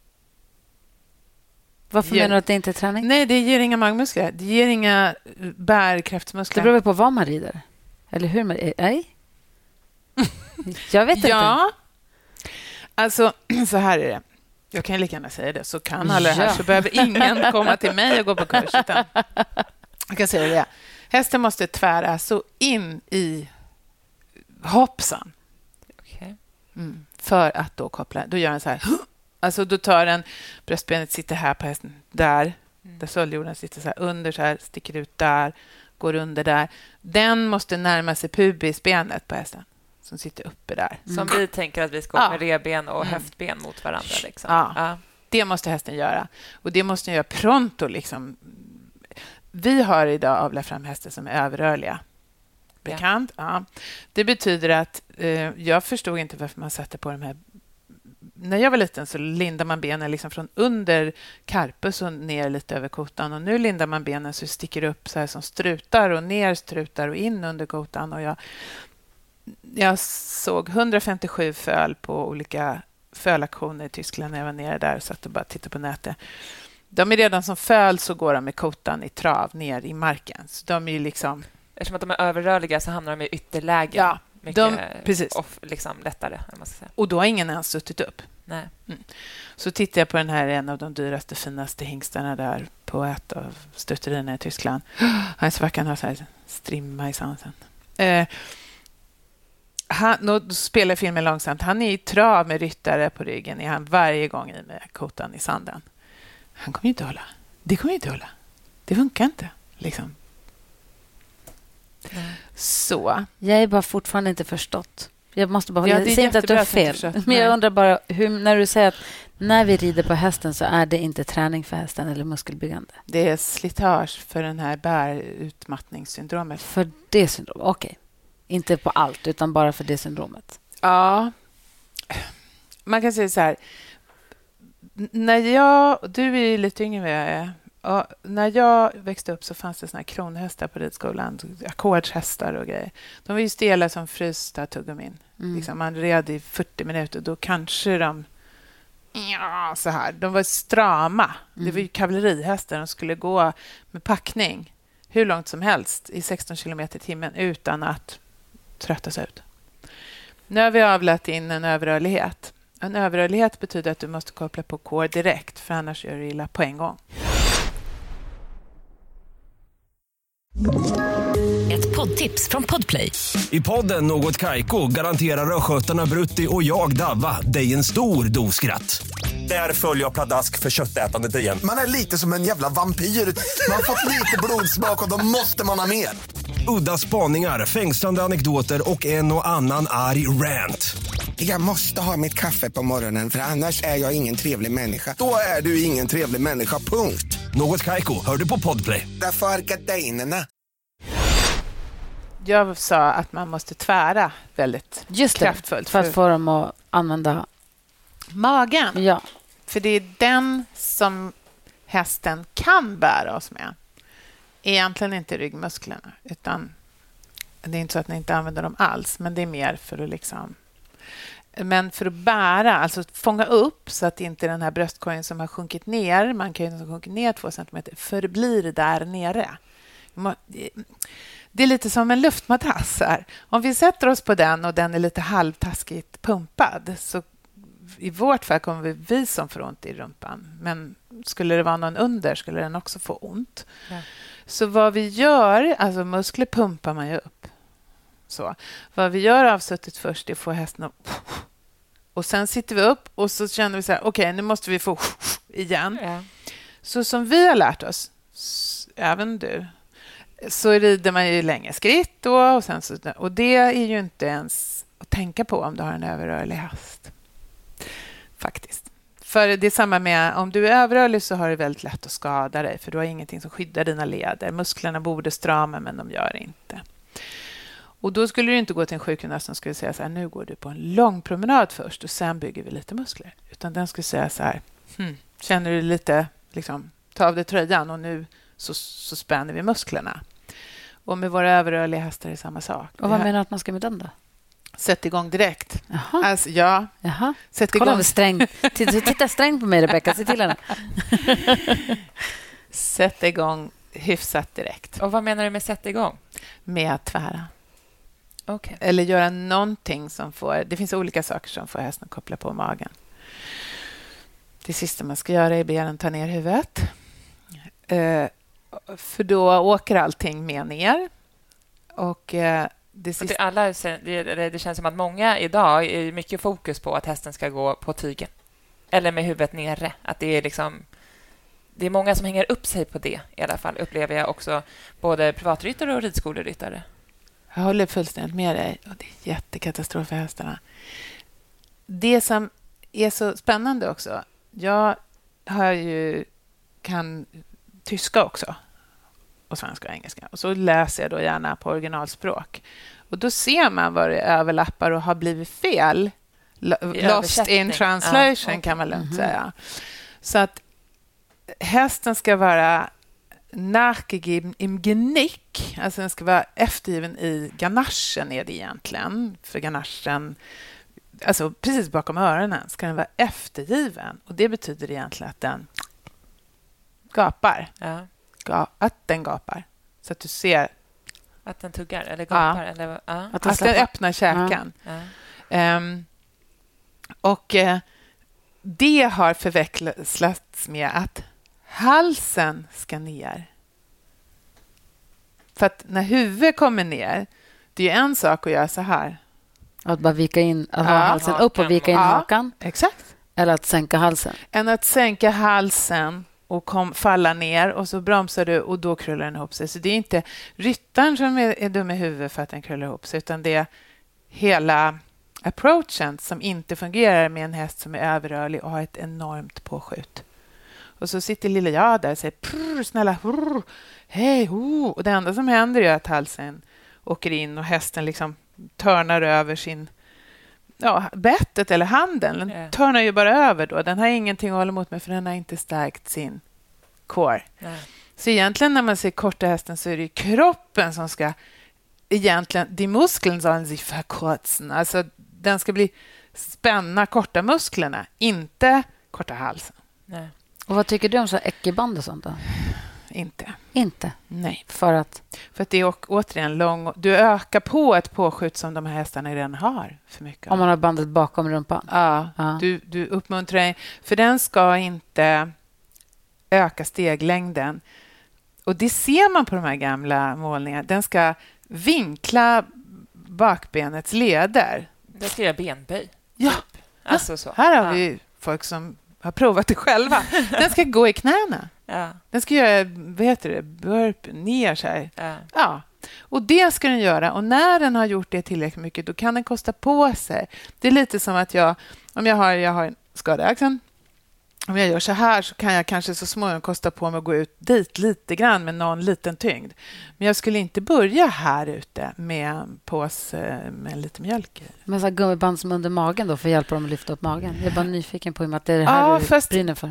Varför menar du att det inte är träning? Nej, det ger inga magmuskler. Det ger inga bärkraftsmuskler. Det beror på vad man rider. Eller hur man... Nej? Jag vet inte. Ja. Alltså, så här är det. Jag kan lika gärna säga det. Så kan alla det här. Så behöver ingen komma till mig och gå på kurs. Utan jag kan säga det. Hästen måste tvära så in i hoppsan. Okay. För att då koppla. Då gör den så här. Alltså då tar den, bröstbenet sitter här på hästen, där såljorden sitter så här under, så här, sticker ut där, går under där. Den måste närma sig pubisbenet på hästen som sitter uppe där. Som vi tänker att vi ska gå med revben och höftben mot varandra. Liksom. Ja. Det måste hästen göra. Och det måste den göra pronto. Liksom. Vi har idag avlat fram hästar som är överrörliga. Bekant? Ja. Det betyder att jag förstod inte varför man satte på de här. När jag var liten så lindar man benen liksom från under karpus och ner lite över kotan. Och nu lindar man benen så det sticker upp så här som strutar och ner strutar och in under kotan. Och jag såg 157 föl på olika fölaktioner i Tyskland när jag var nere där och satt och bara tittade på nätet. De är redan som föl så går de med kotan i trav ner i marken. Så de är ju liksom... Eftersom att de är överrörliga så hamnar de i ytterlägen. Ja. Precis. Liksom lättare. Man ska säga. Och då har ingen ens suttit upp. Nej. Så tittar jag på den här, en av de dyraste, finaste hingstarna där på ett av stutterierna i Tyskland. Han är så vacker, han har så här strimma i svansen. Då spelar filmen långsamt. Han är i trav med ryttare på ryggen. Är han varje gång i med kotan i sanden. Han kommer inte hålla. Det kommer inte hålla. Det funkar inte. Liksom. Så. Jag är bara fortfarande inte förstått. Jag måste bara... Jag säger inte att du har fel. Men jag undrar bara, när du säger att när vi rider på hästen så är det inte träning för hästen eller muskelbyggande? Det är slitage för den här bärutmattningssyndromet. För det syndromet, okej. Inte på allt, utan bara för det syndromet. Ja. Man kan säga så här. Du är ju lite yngre än jag är. Och när jag växte upp så fanns det såna här kronhästar på ridskolan. Ackordshästar och grejer. De var ju stela som frysta tuggummin. Liksom man red i 40 minuter. Då kanske de... Ja, så här. De var strama. Det var ju kavallerihästar. De skulle gå med packning hur långt som helst i 16 kilometer i timmen utan att tröttas ut. Nu har vi avlat in en överrörlighet. En överrörlighet betyder att du måste koppla på kår direkt, för annars gör du illa på en gång. Ett poddtips från Podplay. I podden Något Kaiko garanterar röskötarna Brutti och jag Davva dig en stor doskratt. Där följer jag pladask för köttätandet igen. Man är lite som en jävla vampyr. Man har fått lite blodsmak och då måste man ha mer. Udda spaningar, fängslande anekdoter och en och annan arg rant. Jag måste ha mitt kaffe på morgonen för annars är jag ingen trevlig människa. Då är du ingen trevlig människa, punkt. Något Kaiko, hör du på Podplay. Därför är gardinerna. Jag sa att man måste tvära väldigt kraftfullt. För att få dem att använda magen. Ja. För det är den som hästen kan bära oss med. Egentligen inte ryggmusklerna, utan det är inte så att ni inte använder dem alls, men det är mer för att liksom... Men för att bära, alltså fånga upp så att inte den här bröstkorgen som har sjunkit ner, man kan ju sjunka ner 2 centimeter, förblir där nere. Det är lite som en luftmadrass här. Om vi sätter oss på den och den är lite halvtaskigt pumpad, så i vårt fall kommer vi som får ont i rumpan. Men skulle det vara någon under skulle den också få ont. Ja. Så vad vi gör, alltså muskler pumpar man ju upp. Så. Vad vi gör avsuttet först är att få hästen att... Och sen sitter vi upp och så känner vi så här, okej, nu måste vi få igen. Ja. Så som vi har lärt oss, även du, så rider man ju länge skritt då, och sen så, och det är ju inte ens att tänka på om du har en överrörlig häst. Faktiskt. För det är samma med, om du är överrörlig så har du väldigt lätt att skada dig, för du har ingenting som skyddar dina leder. Musklerna borde strama, men de gör inte. Och då skulle du inte gå till en sjukgymnast som skulle säga så här, nu går du på en lång promenad först och sen bygger vi lite muskler. Utan den skulle säga så här, känner du lite, liksom, ta av dig tröjan och nu så spänner vi musklerna. Och med våra överrörliga hästar är det samma sak. Och vad menar du att man ska med den då? Sätt igång direkt. Jaha. Alltså, ja. Jaha. Sätt kolla igång. Sträng. Titta sträng på mig, Rebecka. Se till henne. Sätt igång hyfsat direkt. Och vad menar du med sätt igång? Med att tvära. Okay. Eller göra någonting som får... Det finns olika saker som får hästen att koppla på magen. Det sista man ska göra är att be den ta ner huvudet. För då åker allting med ner. Och det sista... det känns som att många idag är mycket fokus på att hästen ska gå på tygen. Eller med huvudet nere. Att det är liksom... Det är många som hänger upp sig på det i alla fall, upplever jag också. Både privatryttare och ridskoleryttare. Jag håller fullständigt med dig. Och det är jättekatastrof för hästarna. Det som är så spännande också. Jag kan tyska också. Och svenska och engelska. Och så läser jag då gärna på originalspråk. Och då ser man vad det överlappar och har blivit fel. Lost in translation kan man lugnt säga. Så att hästen ska vara nachgegeben im Genick. Alltså den ska vara eftergiven i ganachen är det egentligen. För ganachen, alltså precis bakom öronen, ska den vara eftergiven. Och det betyder egentligen att den gapar. Ja. Att den gapar. Så att du ser... Att den tuggar eller gapar? Ja. Eller, att den öppnar käken. Ja. Och det har förväxlats med att halsen ska ner. För att när huvudet kommer ner, det är en sak att göra så här. Att bara vika in, att ha halsen upp och vika in hakan. Exakt. Eller att sänka halsen. Än att sänka halsen och falla ner och så bromsar du och då krullar den ihop sig. Så det är inte ryttaren som är dum i huvudet för att den krullar ihop sig, utan det är hela approachen som inte fungerar med en häst som är överrörlig och har ett enormt påskjut. Och så sitter lilla jag där och säger snälla, hej, och det enda som händer är att halsen åker in och hästen liksom törnar över sin bettet eller handen. Den törnar ju bara över då. Den har ingenting att hålla emot med för den har inte stärkt sin core. Så egentligen när man ser korta hästen så är det kroppen som ska egentligen, die Muskeln sollen sich verkürzen. Alltså den ska spänna korta musklerna, inte korta halsen. Nej. Och vad tycker du om så äckeband och sånt då? Inte? Nej. För att det är återigen du ökar på ett påskjut som de här hästarna redan har för mycket. Om man har bandet bakom rumpan? Ja. Du uppmuntrar, för den ska inte öka steglängden. Och det ser man på de här gamla målningarna. Den ska vinkla bakbenets leder. Den ska göra benböj. Ja. Alltså så. Här har vi folk som har provat det själva. Den ska gå i knäna. Ja. Den ska göra, burp ner sig. Ja. Och det ska den göra. Och när den har gjort det tillräckligt mycket, då kan den kosta på sig. Det är lite som att om jag har en skada i axeln. Om jag gör så här så kan jag kanske så småningom kosta på mig att gå ut dit lite grann med någon liten tyngd. Men jag skulle inte börja här ute med en påse med lite mjölk i. Men så här gummiband som under magen då för att hjälpa dem att lyfta upp magen. Jag är bara nyfiken på att det är det här du brinner för.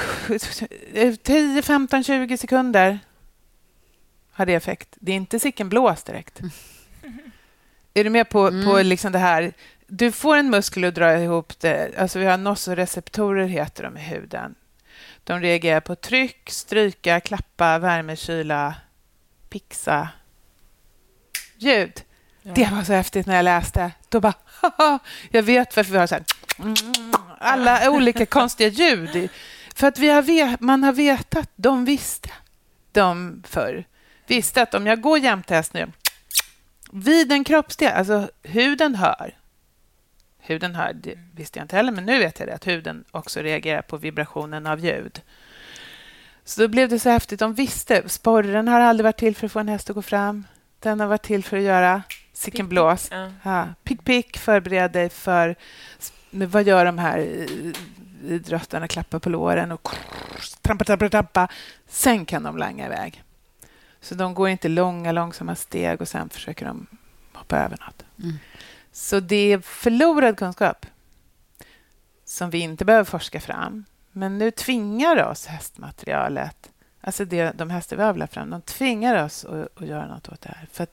10, 15, 20 sekunder har det effekt. Det är inte sicken blås direkt. Är du med på liksom det här? Du får en muskel att dra ihop det. Alltså vi har nosoreceptorer heter de i huden. De reagerar på tryck, stryka, klappa, värme, kyla, pixa, ljud. Ja. Det var så häftigt när jag läste. Då bara, jag vet varför vi har så här, alla olika konstiga ljud. För att man har vetat, de visste att om jag går jämte häst nu, vid en kroppsdel, alltså huden hör, det visste jag inte heller, men nu vet jag det, att huden också reagerar på vibrationen av ljud. Så då blev det så häftigt. De visste, sporren har aldrig varit till för att få en häst att gå fram. Den har varit till för att göra sicken blås. Pick, förbered dig för, vad gör de här idrottarna, klappa på låren och trampa. Sen kan de langa iväg. Så de går inte långsamma steg och sen försöker de hoppa över något. Så det är förlorad kunskap som vi inte behöver forska fram. Men nu tvingar oss hästmaterialet, alltså de hästar vi avlar fram, de tvingar oss att göra något åt det här.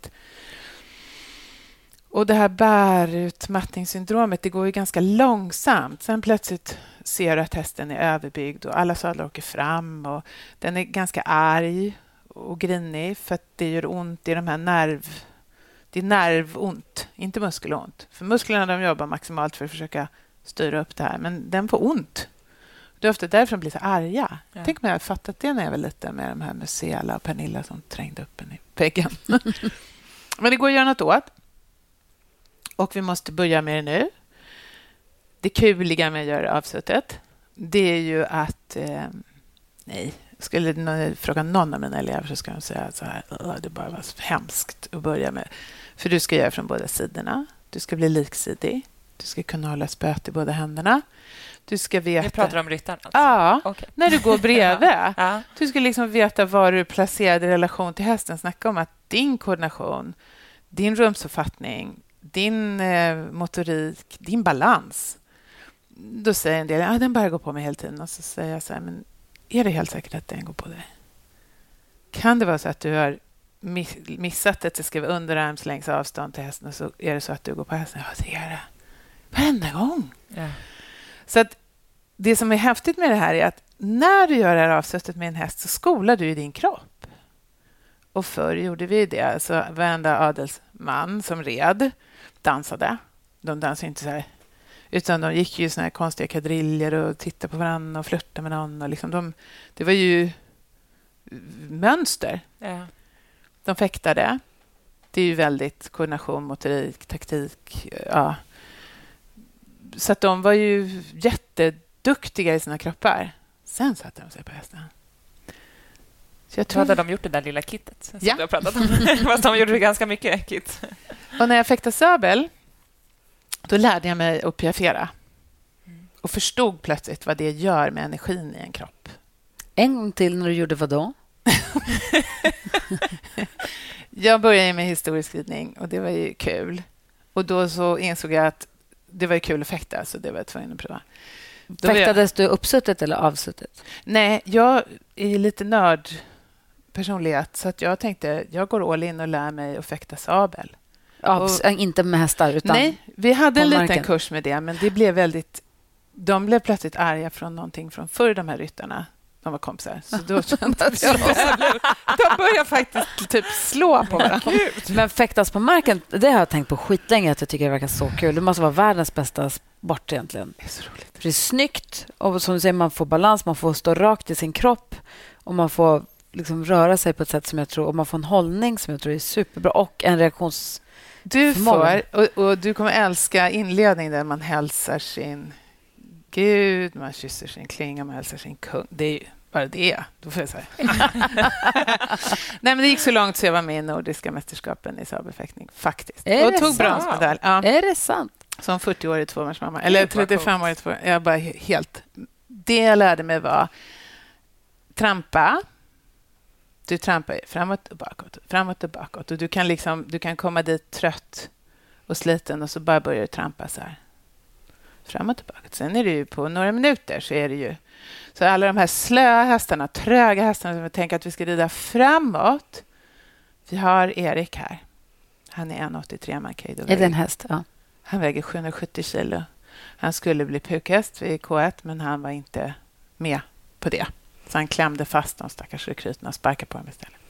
Och det här bärutmattningssyndromet, det går ju ganska långsamt. Sen plötsligt ser du att hästen är överbyggd och alla sadlar åker fram och den är ganska arg och grinig för att det gör ont i de här det är nervont, inte muskelont. För musklerna de jobbar maximalt för att försöka styra upp det här. Men den får ont. Det är ofta därför de blir så arga. Ja. Tänk om jag hade fattat det när jag var liten med de här Musela och Pernilla som trängde upp en i väggen. Men det går att göra något åt. Och vi måste börja med det nu. Det kuliga med att göra avsuttet, det är ju att... Skulle fråga någon av mina elever så ska de säga så här, det bara var så hemskt att börja med. För du ska göra från båda sidorna. Du ska bli liksidig. Du ska kunna hålla spöet i båda händerna. Du ska veta... Ni pratar om ryttaren alltså? Ja, okay. När du går bredvid. Ja. Du ska liksom veta var du är placerad i relation till hästen. Snacka om att din koordination, din rumsuppfattning, din motorik, din balans. Då säger en del, den bara går på mig hela tiden. Och så säger jag så här, men är det helt säkert att den går på dig? Kan det vara så att du har missat att det ska vara underarmslängds avstånd till hästen och så är det så att du går på hästen? Ja, det är det. Varenda gång. Ja. Så att det som är häftigt med det här är att när du gör det här avsuttet med en häst så skolar du i din kropp. Och förr gjorde vi det. Alltså varenda adelsman som red dansade. De dansade inte så här. Utan de gick ju såna här konstiga kadriller och tittade på varandra och flörtade med någon. Och liksom det var ju mönster. Ja. De fäktade. Det är ju väldigt koordination, motorik, taktik. Ja. Så att de var ju jätteduktiga i sina kroppar. Sen satte de sig på hästen. Så jag tror... hade de gjort det där lilla kittet som du har pratat om. Fast de gjorde ganska mycket kit. Och när jag fäktade sabel, då lärde jag mig att piafera. Och förstod plötsligt vad det gör med energin i en kropp. En gång till när du gjorde vad då? Jag började med historieskrivning och det var ju kul. Och då så insåg jag att det var kul att fäkta, så det var jag tvungen att pröva. Fäktades du uppsuttet eller avsuttet? Nej, jag är lite nördpersonlighet så att jag tänkte jag går all in och lär mig att fäkta sabel. Inte med hästar utan nej, vi hade en liten marken. Kurs med det, men det blev väldigt... De blev plötsligt arga från någonting från förr, de här ryttarna. De var kompisar. Så då kände jag de började faktiskt typ slå på varandra. Men fäktas på marken, det har jag tänkt på skitlänge att jag tycker det verkar så kul. Det måste vara världens bästa sport egentligen. Det är så roligt. För det är snyggt och som du säger, man får balans, man får stå rakt i sin kropp och man får liksom röra sig på ett sätt som jag tror, och man får en hållning som jag tror är superbra och en reaktions... Du får, och du kommer älska inledningen där man hälsar sin Gud, man kysser sin klinga, man hälsar sin kung. Det är ju bara det, då får jag säga. Nej, men det gick så långt så jag var med i Nordiska mästerskapen i sabelfäktning, faktiskt. Och tog bronsmedalj. Ja. Är det sant? Som 40-årig tvåbarnsmamma. Eller 35-årig tvåbarnsmamma. Jag bara helt... Det jag lärde mig var trampa. Du trampar framåt och bakåt. Och du kan komma dit trött och sliten och så bara börjar du trampa så här. Framåt och bakåt. Sen är det ju på några minuter så är det ju... Så alla de här slöa hästarna, tröga hästarna som vi tänker att vi ska rida framåt. Vi har Erik här. Han är 1,83 man kan ju är det en häst? Ja. Han väger 770 kilo. Han skulle bli pukhäst vid K1 men han var inte med på det. Så han klämde fast de stackars rekryterna och sparkade på dem istället.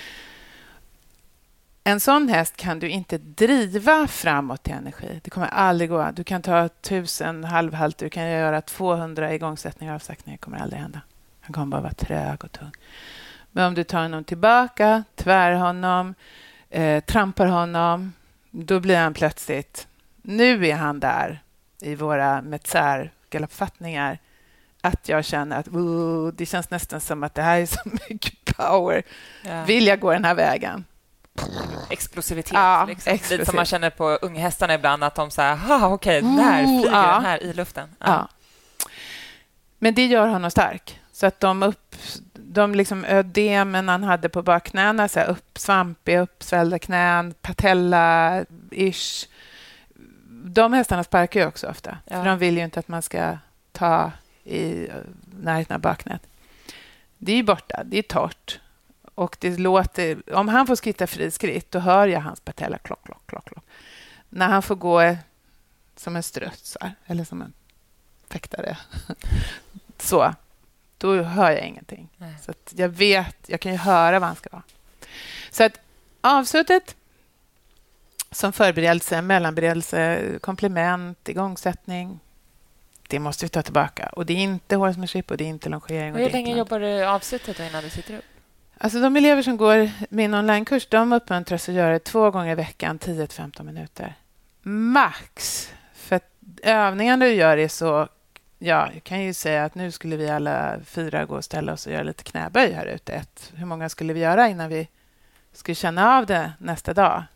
En sån häst kan du inte driva framåt till energi. Det kommer aldrig gå. Du kan ta 1000 halvhalt, du kan göra 200 igångsättningar och avsättningar. Det kommer aldrig hända. Han kommer bara vara trög och tung. Men om du tar honom tillbaka, tvär honom, trampar honom, då blir han plötsligt... Nu är han där i våra Metzer-galoppfattningar att jag känner att det känns nästan som att det här är så mycket power. Ja. Vill jag gå den här vägen? Explosivitet. Ja, liksom. Lite som man känner på unghästarna ibland att de säger, okej, där flyger den här i luften. Ja. Men det gör honom stark. Så att de liksom ödemen han hade på bakknäna, så här svampiga, uppsvällda knän, patella-ish. De hästarna sparkar ju också ofta. Ja. För de vill ju inte att man ska ta i närheten av baknät. Det är ju borta, det är torrt. Och det låter... Om han får skritta friskritt, då hör jag hans patella klock. När han får gå som en strutsar, eller som en fäktare, så, då hör jag ingenting. Nej. Så att jag kan ju höra vad han ska vara. Så att avslutet som förberedelse, mellanberedelse, komplement, igångsättning, det måste vi ta tillbaka. Och det är inte horsemanship och det är inte longering. Och hur länge jobbar du avslutet innan du sitter upp? Alltså de elever som går min onlinekurs, de uppmuntras att göra det 2 gånger i veckan, 10-15 minuter. Max. För att övningarna du gör är så... Ja, jag kan ju säga att nu skulle vi alla 4 gå och ställa oss och göra lite knäböj här ute. Hur många skulle vi göra innan vi skulle känna av det nästa dag?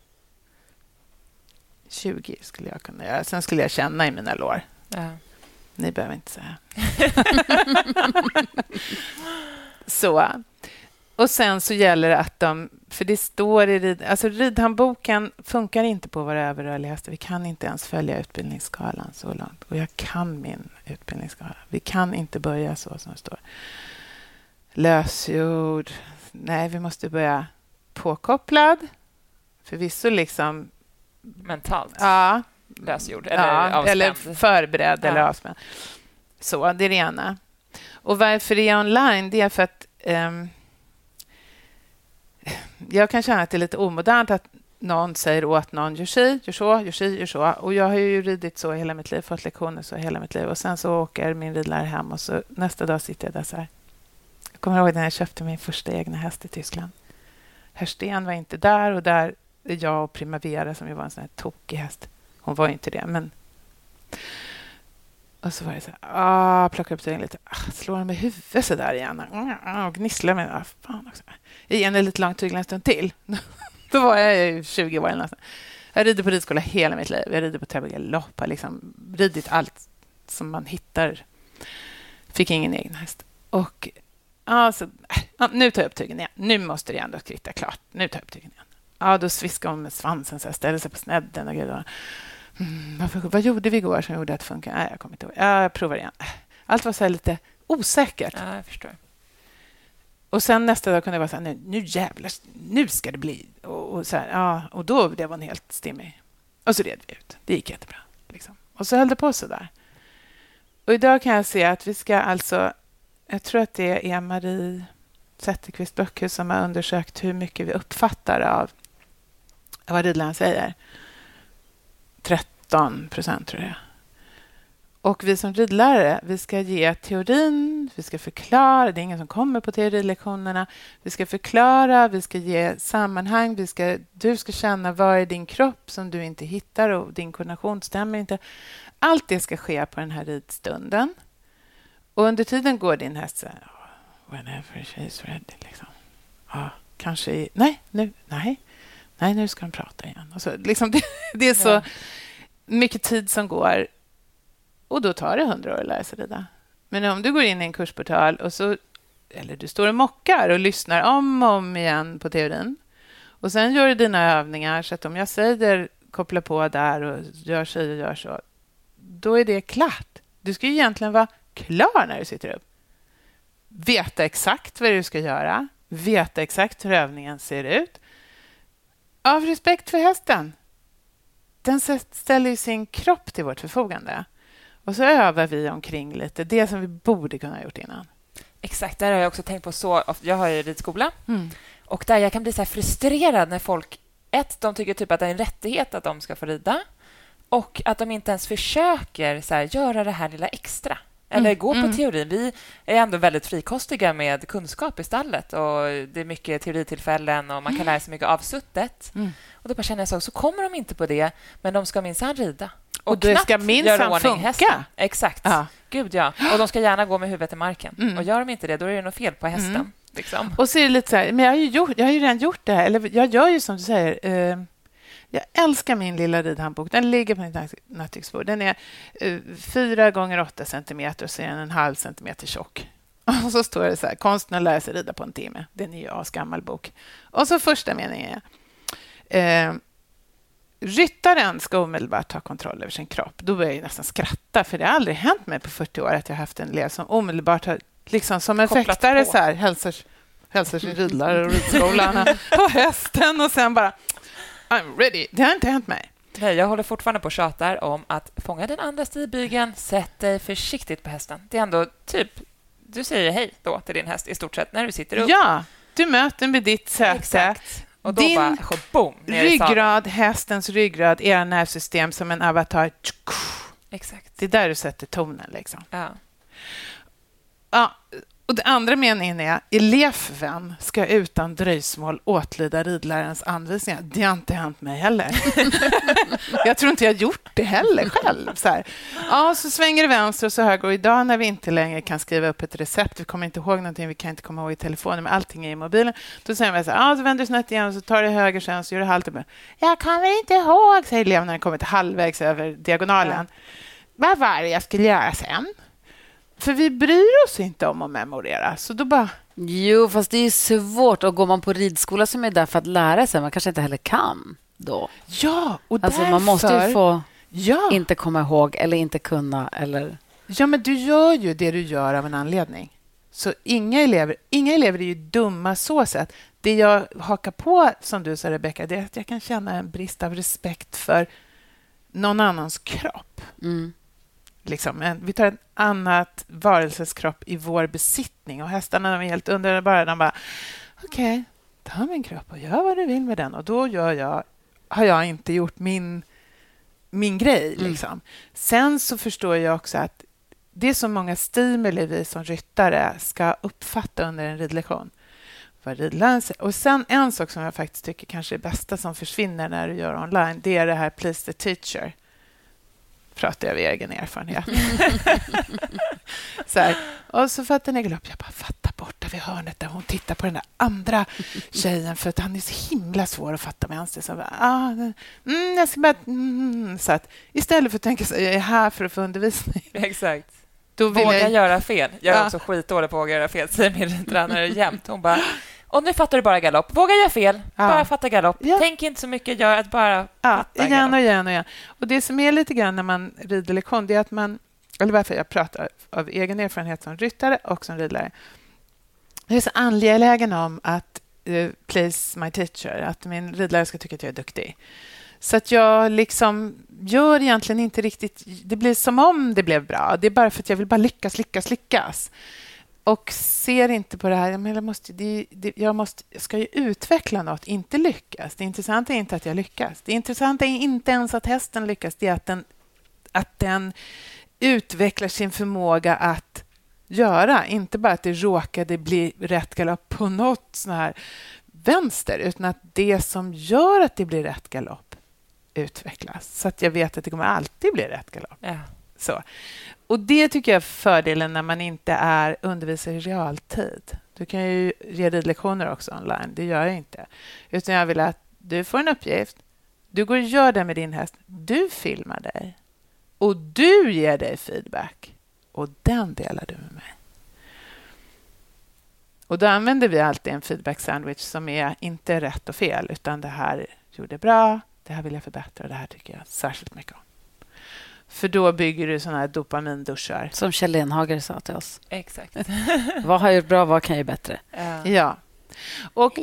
20 skulle jag kunna göra. Sen skulle jag känna i mina lår. Ja. Ni behöver inte säga. Så. Och sen så gäller det att för det står i ridhandboken funkar inte på våra överrörliga hästar. Vi kan inte ens följa utbildningsskalan så långt. Och jag kan min utbildningsskala. Vi kan inte börja så som det står. Lösgjord. Nej, vi måste börja påkopplad. Förvisso liksom... Mentalt? Ja. Lösgjord? Eller förberedd eller avspänd. Så, det är det ena. Och varför det är online, det är för att jag kan känna att det är lite omodernt att någon säger åt någon gör så. Och jag har ju ridit så hela mitt liv, fått lektioner så hela mitt liv. Och sen så åker min ridlärare hem och så nästa dag sitter jag där så här. Jag kommer ihåg när jag köpte min första egna häst i Tyskland. Herr Sten var inte där och där är jag och Primavera som ju var en sån här tokig häst. Hon var ju inte det, men... Och så var det så här, plockar upp tygen lite, slår han med huvudet så där igen. Och gnisslar med, fan också. Jag ger henne lite långt tygel en stund till. Då var jag 20 år eller något. Jag rider på ridskola hela mitt liv. Jag rider på tävlingsgalopp, har liksom ridit allt som man hittar. Fick ingen egen häst. Och nu tar jag upp tygen igen. Nu måste det ändå kvitta klart. Nu tar jag upp tygen igen. Ja, då sviskar hon med svansen så jag ställer sig på snedden och grejer. Vad gjorde vi igår som gjorde att det funkar? Nej, jag kommer inte ihåg. Jag provar igen. Allt var så här lite osäkert. Ja, jag förstår. Och sen nästa dag kunde jag vara så här, nu jävlar, nu ska det bli. Och så här, och då blev hon helt stimmig. Och så red vi ut. Det gick jättebra. Liksom. Och så höll det på så där. Och idag kan jag se att vi ska alltså, jag tror att det är Marie Zetterqvist Böckhus som har undersökt hur mycket vi uppfattar av vad ridläraren säger. 13% tror jag. Och vi som ridlärare, vi ska ge teorin, vi ska förklara, det är ingen som kommer på teorilektionerna, vi ska förklara, vi ska ge sammanhang, du ska känna vad är din kropp som du inte hittar och din koordination stämmer inte. Allt det ska ske på den här ridstunden. Och under tiden går din häst så här, Whenever she's ready. Liksom. Ja, kanske... Nej, nu ska de prata igen. Och så, liksom, det är så mycket tid som går. Och då tar det 100 år att lära sig rida. Men om du går in i en kursportal och så... Eller du står och mockar och lyssnar om och om igen på teorin. Och sen gör du dina övningar. Så att om jag säger koppla på där och gör så. Då är det klart. Du ska ju egentligen vara klar när du sitter upp. Veta exakt vad du ska göra. Veta exakt hur övningen ser ut. Av respekt för hästen. Den ställer ju sin kropp till vårt förfogande. Och så övar vi omkring lite. Det som vi borde kunna ha gjort innan. Exakt, där har jag också tänkt på så ofta. Jag har ju ridskola. Och där jag kan bli så här frustrerad när folk... de tycker typ att det är en rättighet att de ska få rida. Och att de inte ens försöker så här, göra det här lilla extra. Eller gå på teorin. Vi är ändå väldigt frikostiga med kunskap i stallet. Och det är mycket teoritillfällen och man kan lära sig mycket avsuttet. Och då bara känner jag så kommer de inte på det, men de ska minsann rida. Och det ska minsann funka. Hästen. Exakt. Ja. Gud, ja. Och de ska gärna gå med huvudet i marken. Och gör de inte det, då är det något fel på hästen. Liksom. Och så är det lite så här, men jag har ju redan gjort det här. Eller jag gör ju som du säger... Jag älskar min lilla ridhandbok. Den ligger på mitt nattduksbord. Den är 4x8 centimeter och så är den 0,5 centimeter tjock. Och så står det så här, konsten att lära sig rida på en timme. Den är ju asgammal bok. Och så första meningen är ryttaren ska omedelbart ta kontroll över sin kropp. Då börjar jag nästan skratta, för det har aldrig hänt mig på 40 år att jag har haft en elev som omedelbart har, liksom som en fäktare så här, hälsar sin ridlärare och ridskolan på hästen och sen bara I'm ready. Det har inte hänt mig. Nej, jag håller fortfarande på och tjatar om att fånga den andra stigbygeln, sätt dig försiktigt på hästen. Det är ändå typ, du säger hej då till din häst i stort sett när du sitter upp. Ja, du möter med ditt säte. Exakt. Och då din bara, boom, ryggrad, hästens ryggrad, era nervsystem som en avatar. Exakt. Det är där du sätter tonen liksom. Ja. Och det andra meningen är eleven ska utan dröjsmål åtlyda ridlärarens anvisningar. Det har inte hänt mig heller. Jag tror inte jag har gjort det heller själv. Så svänger det vänster och så höger. Och idag när vi inte längre kan skriva upp ett recept, vi kommer inte ihåg någonting, vi kan inte komma ihåg i telefonen, men allting är i mobilen. Då säger man så vänder du snett igen och så tar du höger sen så gör du halt. Jag kommer inte ihåg, säger eleven när den kommer till halvvägs över diagonalen. Vad var det jag skulle göra sen? För vi bryr oss inte om att memorera. Så då bara... Jo, fast det är svårt. Och går man på ridskola som är där för att lära sig, man kanske inte heller kan då. Ja, och alltså, därför... Man måste ju få inte komma ihåg eller inte kunna. Eller... Ja, men du gör ju det du gör av en anledning. Så inga elever är ju dumma så sätt. Det jag hakar på, som du sa, Rebecka, det är att jag kan känna en brist av respekt för någon annans kropp. Liksom. Vi tar ett annat varelses kropp i vår besittning och hästarna är helt underbara. De bara, okej, ta min kropp och gör vad du vill med den. Och då har jag inte gjort min grej. Liksom. Sen så förstår jag också att det är så många stimuli vi som ryttare ska uppfatta under en ridlektion. Och sen en sak som jag faktiskt tycker kanske är bästa som försvinner när du gör online, det är det här please the teacher. Pratar jag av egen erfarenhet. Och så fattar jag upp. Jag bara fattar borta vid hörnet där hon tittar på den där andra tjejen för att han är så himla svår att fatta med hans. Jag ska bara... Så att istället för att tänka sig jag är här för att få undervisning. Exakt. Våga göra fel. Jag är också skitdålig på att våga göra fel, säger min tränare jämt. Hon bara... Och nu fattar du bara galopp. Våga göra fel. Bara fatta galopp. Tänk inte så mycket. Gör att bara fatta igen galopp. Och igen. Och det som är lite grann när man rider lektion, det är att man... Eller varför jag pratar av egen erfarenhet som ryttare och som ridlärare. Jag är så angelägen om att please my teacher. Att min ridlärare ska tycka att jag är duktig. Så att jag liksom gör egentligen inte riktigt... Det blir som om det blev bra. Det är bara för att jag vill bara lyckas. Och ser inte på det här, men jag ska ju utveckla något, inte lyckas. Det intressanta är inte att jag lyckas. Det intressanta är inte ens att hästen lyckas. Det är att den utvecklar sin förmåga att göra. Inte bara att det råkade bli rätt galopp på något sån här vänster, utan att det som gör att det blir rätt galopp utvecklas. Så att jag vet att det kommer alltid bli rätt galopp. Ja. Så. Och det tycker jag är fördelen när man inte undervisar i realtid. Du kan ju ge ridlektioner också online. Det gör jag inte. Utan jag vill att du får en uppgift. Du går och gör det med din häst. Du filmar dig. Och du ger dig feedback. Och den delar du med mig. Och då använder vi alltid en feedback sandwich som är inte rätt och fel. Utan det här gjorde bra. Det här vill jag förbättra. Det här tycker jag särskilt mycket om. För då bygger du såna här dopaminduschar. Som Kjell Lenhager sa till oss. Exakt. Vad har jag gjort bra, vad kan jag göra bättre? Ja. Och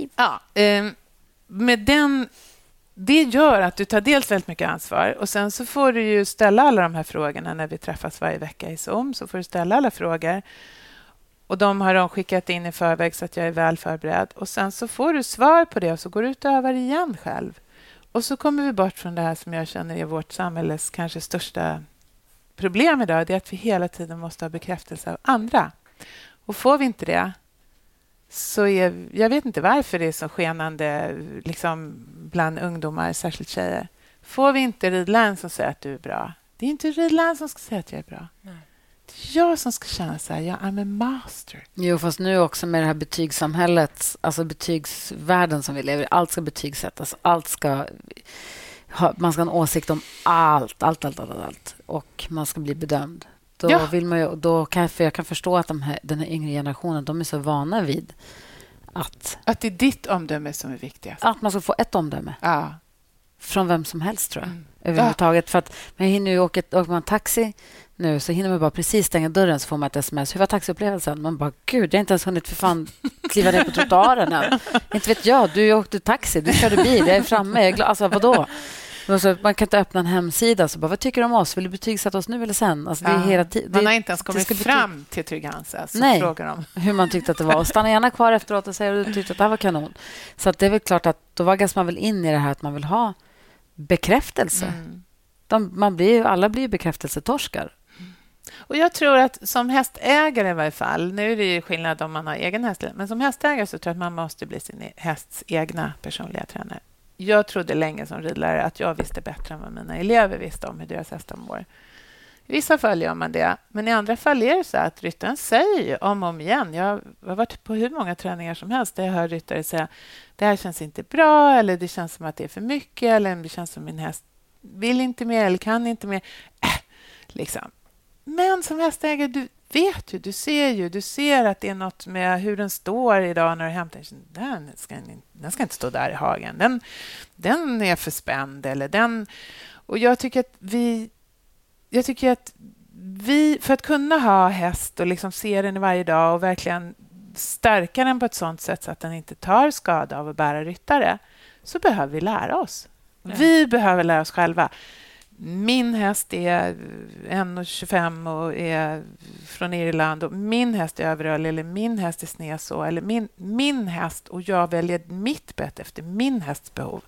med den... Det gör att du tar dels väldigt mycket ansvar och sen så får du ju ställa alla de här frågorna när vi träffas varje vecka i Zoom. Så får du ställa alla frågor. Och de har de skickat in i förväg så att jag är väl förberedd. Och sen så får du svar på det och så går du ut och övar igen själv. Och så kommer vi bort från det här som jag känner är vårt samhälles kanske största problem idag. Det är att vi hela tiden måste ha bekräftelse av andra. Och får vi inte det så jag vet inte varför det är så skenande liksom, bland ungdomar, särskilt tjejer. Får vi inte ridläraren som säger att du är bra. Det är inte ridläraren som ska säga att jag är bra. Nej. Det är jag som ska känna så här, jag är en master. Jo, fast nu också med det här betygssamhället, alltså betygsvärlden som vi lever i. Allt ska betygsättas, allt ska... Man ska ha en åsikt om allt. Och man ska bli bedömd. Då vill man ju, jag kan förstå att den här yngre generationen, de är så vana vid att det är ditt omdöme som är viktigast. Att man ska få ett omdöme. Ja. Från vem som helst, tror jag. Överhuvudtaget. För att man hinner ju åker man taxi nu så hinner man bara precis stänga dörren så får man ett sms. Hur var taxiupplevelsen? Man bara, gud, jag har inte ens hunnit för fan kliva ner på trottoaren än. Inte vet jag, du åkte taxi, du körde bil, jag är framme. Jag är glad. Alltså, vadå? Man kan inte öppna en hemsida så bara, vad tycker du om oss? Vill du betygsätta oss nu eller sen? Alltså, det är hela man har inte ens kommit fram till Trygg-Hansa. Nej, frågar de hur man tyckte att det var. Och stanna gärna kvar efteråt och säga att du tyckte att det här var kanon. Så att det är väl klart att då vaggas man väl in i det här att man vill ha bekräftelse. Alla blir bekräftelsetorskar. Och jag tror att som hästägare i varje fall, nu är det ju skillnad om man har egen häst, men som hästägare så tror jag att man måste bli sin hästs egna personliga tränare. Jag trodde länge som ridlärare att jag visste bättre än vad mina elever visste om hur deras hästar mår. I vissa fall gör man det, men i andra fall är det så att ryttaren säger om och om igen. Jag har varit på hur många träningar som helst där jag hör ryttare säga det här känns inte bra, eller det känns som att det är för mycket, eller det känns som min häst vill inte mer eller kan inte mer. Liksom. Men som hästägare, du vet ju, du ser att det är något med hur den står idag när du hämtar den. Den ska inte stå där i hagen. Den är för spänd. Eller den. Och jag tycker att vi, för att kunna ha häst och liksom se den varje dag och verkligen stärka den på ett sånt sätt så att den inte tar skada av att bära ryttare, så behöver vi lära oss. Ja. Vi behöver lära oss själva. Min häst är 1,25 och är från Irland och min häst är överrörlig eller min häst är sned eller min häst, och jag väljer mitt bett efter min hästs behov.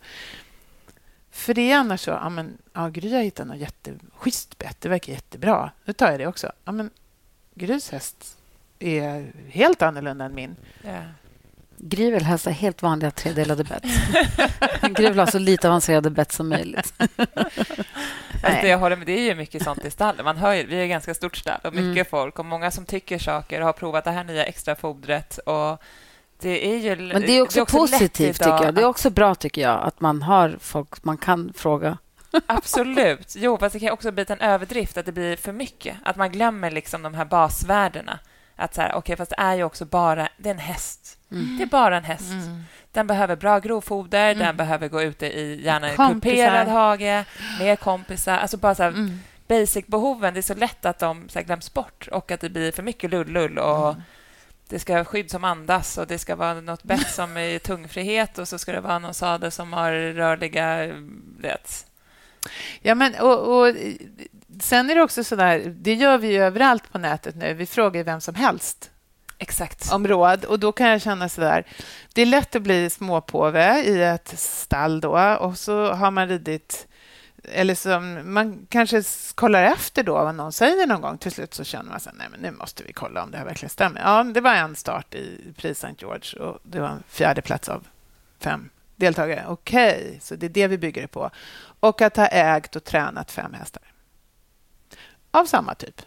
För det är annars så, Gry har hittat något jätteschysst bett, det verkar jättebra. Nu tar jag det också. Grys häst är helt annorlunda än min. Ja. Gry vill hästa helt vanliga tredelade bett. Gry vill ha så lite avancerade bett som möjligt. Alltså jag håller med, det är ju mycket sånt i stallet. Man hör ju, vi är ett ganska stort stall och mycket folk och många som tycker saker och har provat det här nya extra fodret och det är ju... Men det är också positivt tycker jag. Det är också bra tycker jag att man har folk man kan fråga. Absolut. Jo, fast det kan också bli en överdrift att det blir för mycket. Att man glömmer liksom de här basvärdena. Att så här, okej, fast det är ju också bara, det är en häst. Det är bara en häst. Den behöver bra grovfoder, den behöver gå ute i gärna en kuperad hage, med kompisar. Alltså bara så här, basic-behoven, det är så lätt att de så här, glöms bort och att det blir för mycket lull och det ska vara skydd som andas och det ska vara något bett som är tungfrihet och så ska det vara någon sadel som har rörliga rätt. Ja, men och sen är det också så där, det gör vi ju överallt på nätet nu. Vi frågar vem som helst. Exakt. Om råd. Och då kan jag känna så där. Det är lätt att bli småpåve i ett stall då. Och så har man ridit... Eller så man kanske kollar efter då vad någon säger någon gång. Till slut så känner man så här, nej men nu måste vi kolla om det här verkligen stämmer. Ja, det var en start i Prix St. George och det var en 4:e plats av 5 deltagare. Okej, så det är det vi bygger det på. Och att ha ägt och tränat 5 hästar. av samma typ.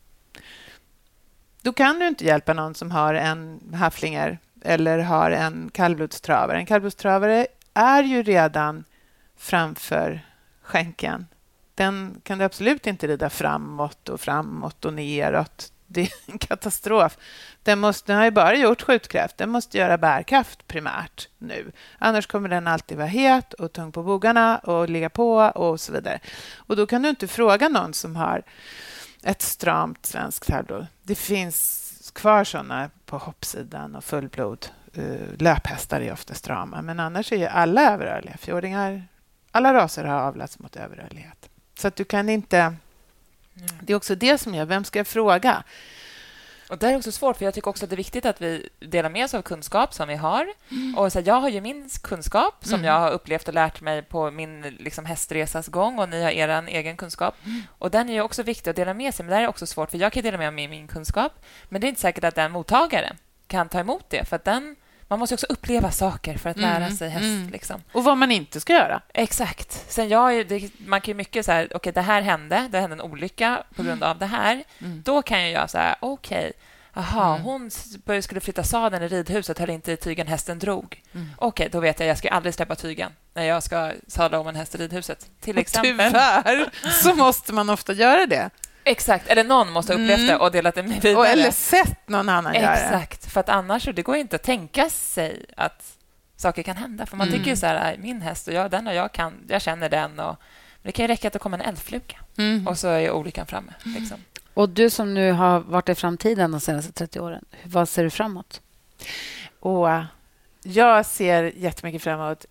Då kan du inte hjälpa någon som har en haflinger eller har en kallblodstravare. En kallblodstravare är ju redan framför skänken. Den kan du absolut inte rida framåt och neråt. Det är en katastrof. Den har ju bara gjort skjutkraft. Den måste göra bärkraft primärt nu. Annars kommer den alltid vara het och tung på bogarna och ligga på och så vidare. Och då kan du inte fråga någon som har ett stramt svenskt kallblod. Det finns kvar sådana på hoppsidan och fullblod. Löphästar är ofta strama, men annars är ju alla överrörliga. Fjordingar, alla raser har avlats mot överrörlighet. Så att du kan inte... Det är också det som gör, vem ska jag fråga? Och det är också svårt, för jag tycker också att det är viktigt att vi delar med oss av kunskap som vi har. Och så här, jag har ju min kunskap som jag har upplevt och lärt mig på min liksom, hästresas gång, och ni har er egen kunskap. Och den är ju också viktig att dela med sig, men det är också svårt, för jag kan dela med mig min kunskap, men det är inte säkert att den mottagaren kan ta emot det, för att man måste också uppleva saker för att lära sig häst. Liksom. Och vad man inte ska göra. Exakt. Sen man kan ju mycket så här, okej, det hände en olycka på grund av det här. Då kan jag göra så här, okej, hon skulle flytta sadeln i ridhuset, höll inte i tygen, hästen drog. Okej, då vet jag ska aldrig släppa tygen när jag ska sadla om en häst i ridhuset. Till exempel. Tyvärr så måste man ofta göra det. Exakt, eller någon måste ha upplevt det och delat det med vidare. Eller sett någon annan göra det. Exakt, för att annars det går inte att tänka sig att saker kan hända. För man tycker ju så här, min häst och jag känner den. Och det kan ju räcka att det kommer en eldfluga. Och så är olyckan framme. Liksom. Och du som nu har varit i framtiden de senaste 30 åren, vad ser du framåt? Och jag ser jättemycket framåt.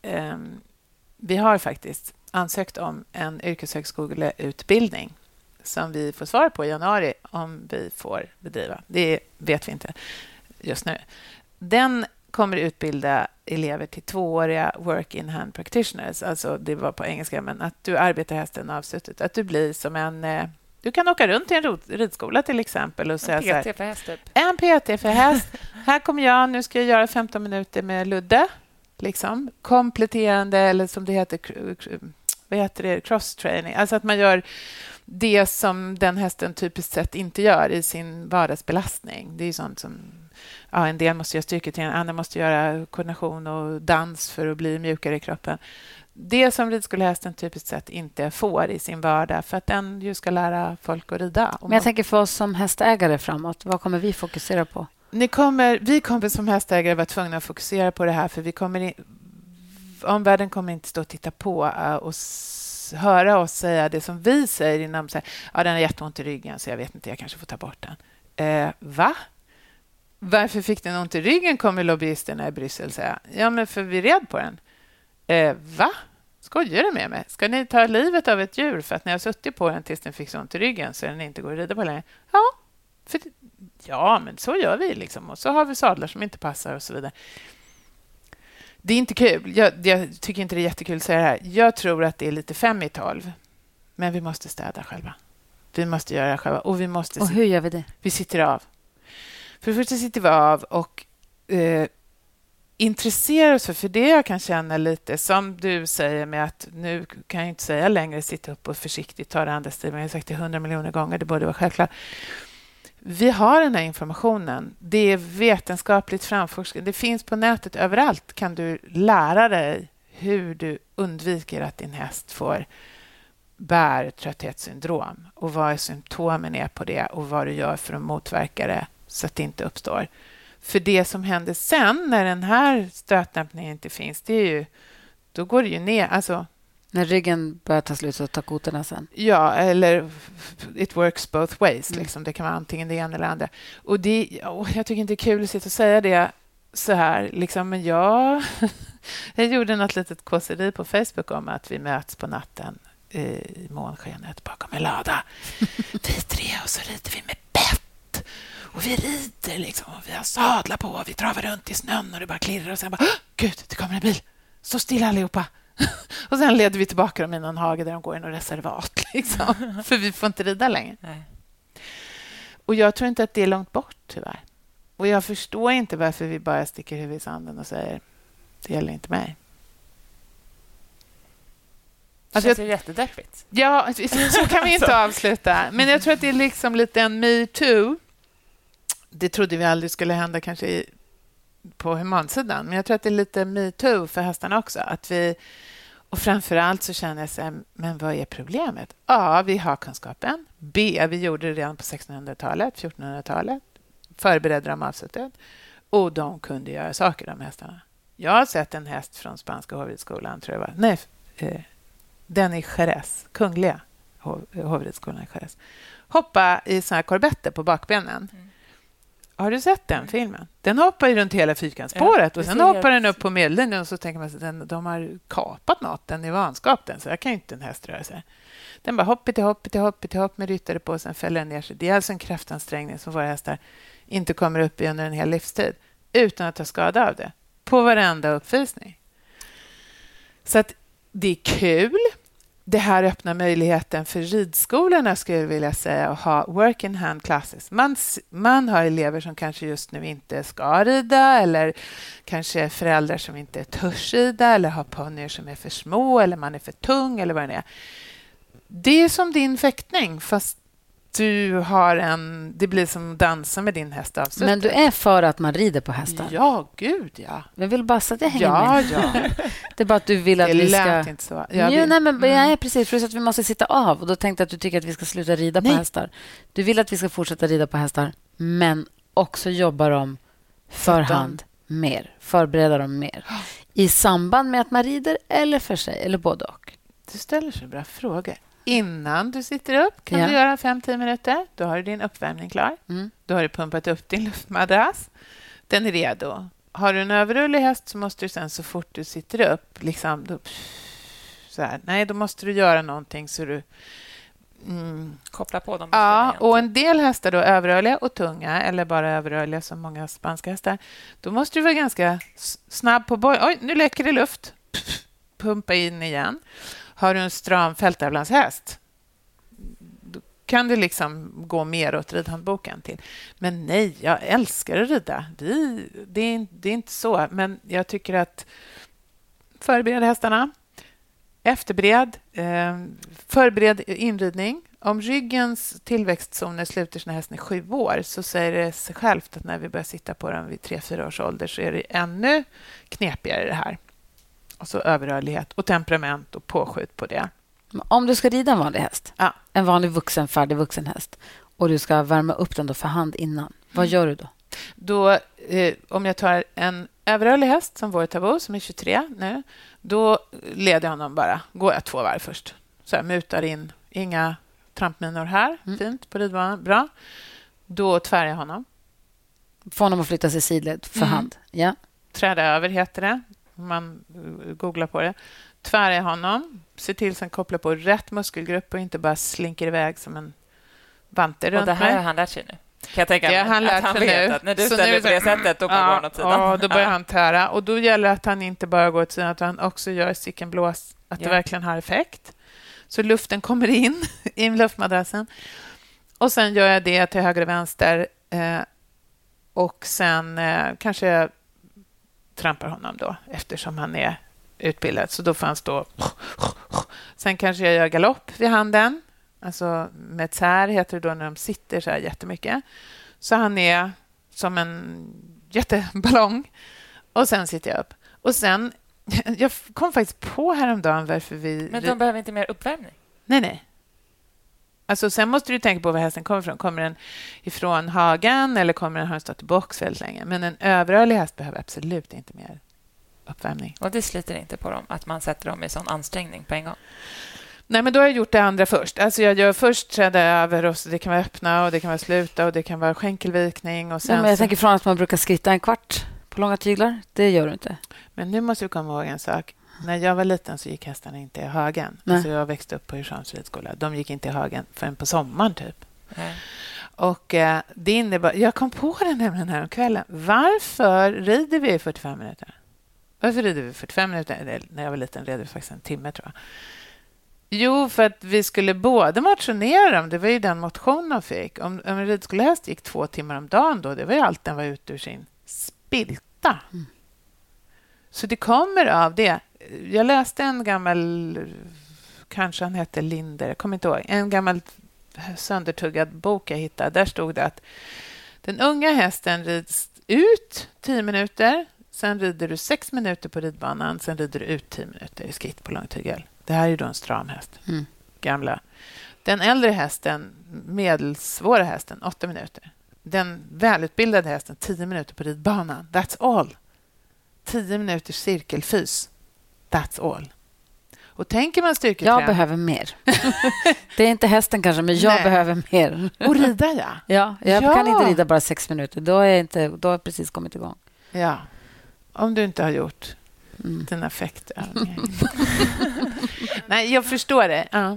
Vi har faktiskt ansökt om en yrkeshögskoleutbildning som vi får svar på i januari om vi får bedriva. Det vet vi inte just nu. Den kommer utbilda elever till 2-åriga work-in-hand practitioners. Alltså det var på engelska, men att du arbetar hästen avslutet. Att du blir som du kan åka runt till en ridskola till exempel och säga en PT för häst typ. En PT för häst. Här kommer jag, nu ska jag göra 15 minuter med Ludde. Liksom. Kompletterande, eller som det heter, cross-training. Alltså att man gör det som den hästen typiskt sett inte gör i sin vardagsbelastning. Det är sånt som en del måste göra styrketräning, andra måste göra koordination och dans för att bli mjukare i kroppen. Det som ridskolehästen typiskt sett inte får i sin vardag, för att den ju ska lära folk att rida. Men jag tänker för oss som hästägare framåt, vad kommer vi fokusera på? Vi kommer som hästägare vara tvungna att fokusera på det här, för omvärlden kommer inte stå och titta på och höra oss säga det som vi säger inom den har jätteont i ryggen, så jag vet inte, jag kanske får ta bort den. Va? Varför fick den ont i ryggen, kommer lobbyisterna i Bryssel säga. Ja, men för vi red på den. Va? Skojar du med mig? Ska ni ta livet av ett djur för att ni har suttit på den tills den fick så ont i ryggen så den inte går att rida på längre? Ja, men så gör vi liksom. Och så har vi sadlar som inte passar och så vidare. Det är inte kul. Jag tycker inte det är jättekul att säga det här. Jag tror att det är lite 5 i 12. Men vi måste städa själva. Vi måste göra det själva. Och hur gör vi det? Vi sitter av. För det första sitter vi av och intresserar oss för det jag kan känna lite, som du säger med att nu kan jag inte säga längre sitta upp och försiktigt ta det andra stilen. Jag har sagt det 100 miljoner gånger, det borde vara självklart. Vi har den här informationen. Det är vetenskapligt framforskat. Det finns på nätet överallt. Kan du lära dig hur du undviker att din häst får bärtrötthetssyndrom och vad symptomen är på det och vad du gör för att motverka det så att det inte uppstår. För det som händer sen när den här stötdämpningen inte finns, det är ju, då går det ju ner. Alltså, när ryggen börjar ta slut så tar kotorna sen. Ja, eller it works both ways. Liksom. Det kan vara antingen det ena eller andra. Och jag tycker inte det är kul att sitta och säga det så här. Liksom, men jag gjorde något litet kåseri på Facebook om att vi möts på natten i månskenet bakom en lada. Vi 3 och så rider vi med bett. Och vi rider liksom, och vi har sadlar på och vi travar runt i snön och det bara klirrar och sen bara, gud, det kommer en bil. Stå stilla allihopa. Och sen leder vi tillbaka dem i någon hage där de går i någon reservat. Liksom. För vi får inte rida längre. Nej. Och jag tror inte att det är långt bort, tyvärr. Och jag förstår inte varför vi bara sticker huvudet i sanden och säger det gäller inte mig. Det känns ju jättedeppigt. Ja, så kan vi inte avsluta. Men jag tror att det är liksom lite en me too. Det trodde vi aldrig skulle hända kanske på humansidan. Men jag tror att det är lite me too för hästarna också. Och framförallt så känner jag så här, men vad är problemet? A, vi har kunskapen. B, vi gjorde det redan på 1600-talet, 1400-talet. Förberedde dem avslutet. Och de kunde göra saker, de hästarna. Jag har sett en häst från spanska hovridsskolan, tror jag var. Nej, den i Jerez, kungliga hovridsskolan i Jerez. Hoppa i såna här korbetter på bakbenen. Har du sett den filmen? Den hoppar ju runt hela fyrkantsspåret och sen hoppar den upp på medellinjen och så tänker man att de har kapat något, den är vanskap den, så där kan ju inte en häst röra sig. Den bara hopp till hopp med ryttare på och sen fäller den ner sig. Det är alltså en kraftansträngning som våra hästar inte kommer upp i under en hel livstid utan att ta skada av det. På varenda uppvisning. Så att det är kul. Det här öppnar möjligheten för ridskolorna, skulle jag vilja säga, att ha work in hand classes. Man har elever som kanske just nu inte ska rida eller kanske föräldrar som inte törs rida eller har ponnyer som är för små eller man är för tung eller vad det är. Det är som din fäktning, fast det blir som dansa med din häst avslutet. Men du är för att man rider på hästar? Ja, gud ja. Jag vill bara så att jag hänger med. Ja. Det är bara att du vill att vi ska... Det lät inte så. Nej, precis. För att vi måste sitta av. Och då tänkte jag att du tycker att vi ska sluta rida på hästar. Du vill att vi ska fortsätta rida på hästar, men också jobba dem för hand mer. Förbereda dem mer. I samband med att man rider eller för sig, eller både och. Du ställer så bra frågor. Innan du sitter upp kan du göra 5-10 minuter. Då har du din uppvärmning klar. Då har du pumpat upp din luftmadrass. Den är redo. Har du en överrullig häst så måste du sen så fort du sitter upp liksom, då måste du göra någonting så du koppla på dem. Ja, och en del hästar då överrörliga och tunga eller bara överrörliga som många spanska hästar. Då måste du vara ganska snabb på oj, nu läcker det luft. Pumpa in igen. Har du en stram fälttävlanshäst, då kan du liksom gå mer åt ridhandboken till. Men nej, jag älskar att rida. Det är inte så. Men jag tycker att förbered hästarna. Efterbered. Förbered inridning. Om ryggens tillväxtzoner sluter sina hästar i 7 år så säger det sig självt att när vi börjar sitta på dem vid 3-4 års ålder så är det ännu knepigare det här. Och så överrörlighet och temperament och påskjut på det. Om du ska rida en vanlig häst, en vanlig färdig vuxen häst, och du ska värma upp den då för hand innan, vad gör du då? Då, om jag tar en överrörlig häst som vår Tabo, som är 23 nu, då leder jag honom bara. Går jag 2 varv först. Så jag mutar in, inga trampminor här. Fint på ridbanan, bra. Då tvär jag honom. Får honom att flytta sig sidled för hand. Ja. Träda över heter det. Man googlar på det. Tvära honom. Se till att koppla på rätt muskelgrupp och inte bara slinker iväg som en vante runt mig. Och det här har han lärt sig nu. Kan jag tänka mig han att han vet nu. att när du ställer på det sättet då går han åt sidan. Ja, då börjar han tära. Och då gäller det att han inte bara går åt sidan utan han också gör sickenblås. Att det verkligen har effekt. Så luften kommer in i luftmadrassen. Och sen gör jag det till höger och vänster. Och sen kanske jag trampar honom då eftersom han är utbildad. Så då får han stå. Sen kanske jag gör galopp vid handen. Alltså med tär heter det då när de sitter så här jättemycket. Så han är som en jätteballong. Och sen sitter jag upp. Och sen, jag kom faktiskt på häromdagen varför vi... Men de behöver inte mer uppvärmning? Nej. Alltså sen måste du tänka på var hästen kommer ifrån. Kommer den ifrån hagen eller kommer den ha stått i box väldigt länge? Men en överrörlig häst behöver absolut inte mer uppvärmning. Och det sliter inte på dem att man sätter dem i sån ansträngning på en gång? Nej, men då har jag gjort det andra först. Alltså jag gör först träda över och det kan vara öppna och det kan vara sluta och det kan vara skänkelvikning. Och sen men jag tänker från att man brukar skritta 1/4 på långa tyglar. Det gör du inte. Men nu måste du komma ihåg en sak. När jag var liten så gick hästarna inte i hagen. Alltså jag växte upp på Djursholms ridskola. De gick inte i hagen förrän på sommaren typ. Nej. Och det innebar... Jag kom på det nämligen här om kvällen. Varför rider vi i 45 minuter? Varför rider vi 45 minuter? När jag var liten red vi faktiskt 1 timme tror jag. Jo, för att vi skulle både motionera dem. Det var ju den motion de fick. Om en ridskolehäst gick 2 timmar om dagen då, det var ju allt den var ute ur sin spilta. Så det kommer av det. Jag läste en gammal kanske han hette Linder, jag kommer inte ihåg. En gammal söndertuggad bok jag hittade. Där stod det att den unga hästen rids ut 10 minuter. Sen rider du 6 minuter på ridbanan. Sen rider du ut 10 minuter i skritt på långtygel. Det här är ju då en stram häst. Gamla. Den äldre hästen, medelsvåra hästen, 8 minuter. Den välutbildade hästen, 10 minuter på ridbanan. That's all. 10 minuters cirkelfys. That's all. Och tänker man styrketräning... Jag behöver mer. Det är inte hästen kanske, men jag behöver mer. Och rida, ja. Jag kan inte rida bara 6 minuter. Då har jag precis kommit igång. Ja. Om du inte har gjort dina fäktövningar. Nej, jag förstår det. Ja.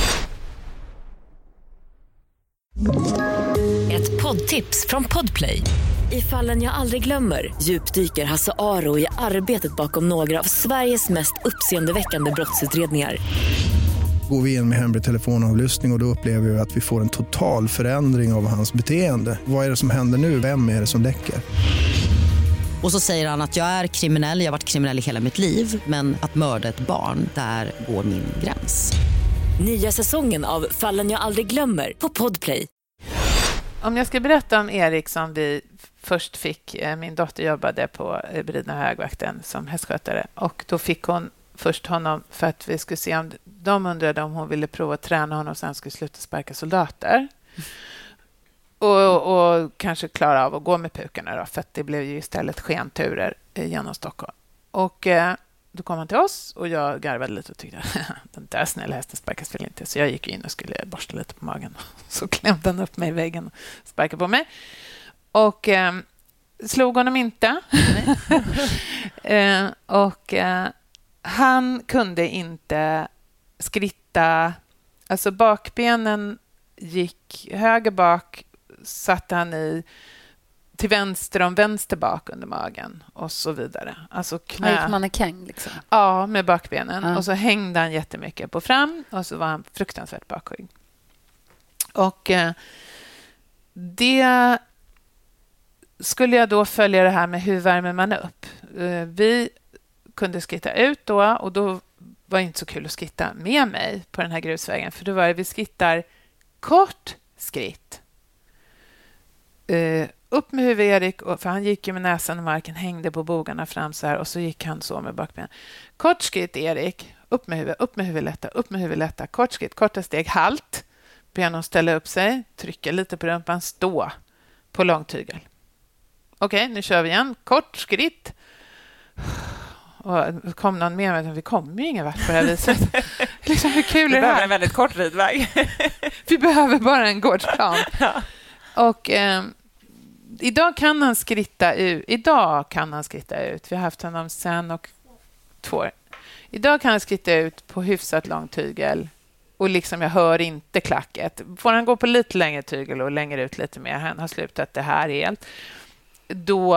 Ett poddtips från Podplay. I Fallen jag aldrig glömmer djupdyker Hasse Aro i arbetet bakom några av Sveriges mest uppseendeväckande brottsutredningar. Går vi in med hemlig telefonavlyssning och då upplever vi att vi får en total förändring av hans beteende. Vad är det som händer nu? Vem är det som läcker? Och så säger han att jag är kriminell, jag har varit kriminell i hela mitt liv. Men att mörda ett barn, där går min gräns. Nya säsongen av Fallen jag aldrig glömmer på Podplay. Om jag ska berätta om Erik som vi först fick. Min dotter jobbade på Bridna högvakten som hästskötare. Och då fick hon först honom för att vi skulle se om de undrade om hon ville prova att träna honom och sen skulle sluta sparka soldater. Och kanske klara av att gå med pukarna då, för att det blev ju istället skenturer genom Stockholm. Och då kom han till oss och jag garvade lite och tyckte den där snälla hästen sparkas väl inte. Så jag gick in och skulle borsta lite på magen. Så klämde han upp mig i väggen och sparkade på mig. Och slog honom inte. Och han kunde inte skritta. Alltså bakbenen gick höger bak, satte han i till vänster om vänster bak under magen och så vidare. Alltså knä. Gick mannekäng liksom? Ja, med bakbenen. Och så hängde han jättemycket på fram och så var han fruktansvärt bakskygg. Och det skulle jag då följa det här med hur värmer man upp. Vi kunde skritta ut då och då var det inte så kul att skritta med mig på den här grusvägen, för då var det vi skrittar kort skritt. Upp med huvudet Erik, för han gick ju med näsan i marken, hängde på bogarna fram så här och så gick han så med bakbenen. Kort skritt Erik, upp med huvudet lätta, upp med huvudet lätta, kort skritt, korta steg, halt. Be honom ställa upp sig, trycka lite på rumpan, stå på långtygel. Okej, nu kör vi igen. Kort skritt. Och kom någon med mig, vi kommer ju ingen vart på det här viset. Liksom, hur kul är det här? En väldigt kort ridväg. Vi behöver bara en gårdsplan. Ja. Och idag kan han skritta ut. Vi har haft honom sen och 2 år. Idag kan han skritta ut på hyfsat långtygel. Och liksom jag hör inte klacket. Får han gå på lite längre tygel och längre ut lite mer, han har slutat det här helt. Då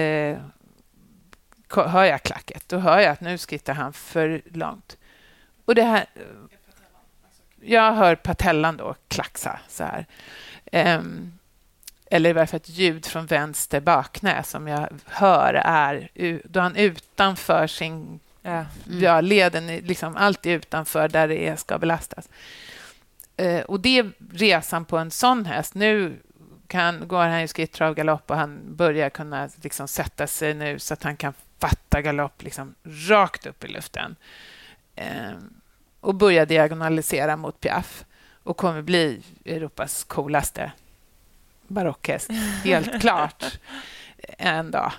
hör jag klacket. Då hör jag att nu skrittar han för långt. Och det här... Jag hör patellan då klaxa så här. Eller i varje fall ett ljud från vänster bakknä som jag hör är då han utanför sin... Ja, leden liksom alltid utanför där det ska belastas. Och det är resan på en sån häst. Nu går han ju skritt, trav, galopp och han börjar kunna liksom sätta sig nu så att han kan fatta galopp liksom rakt upp i luften. Och börja diagonalisera mot Piaf och kommer bli Europas coolaste barockhäst. Helt klart en dag.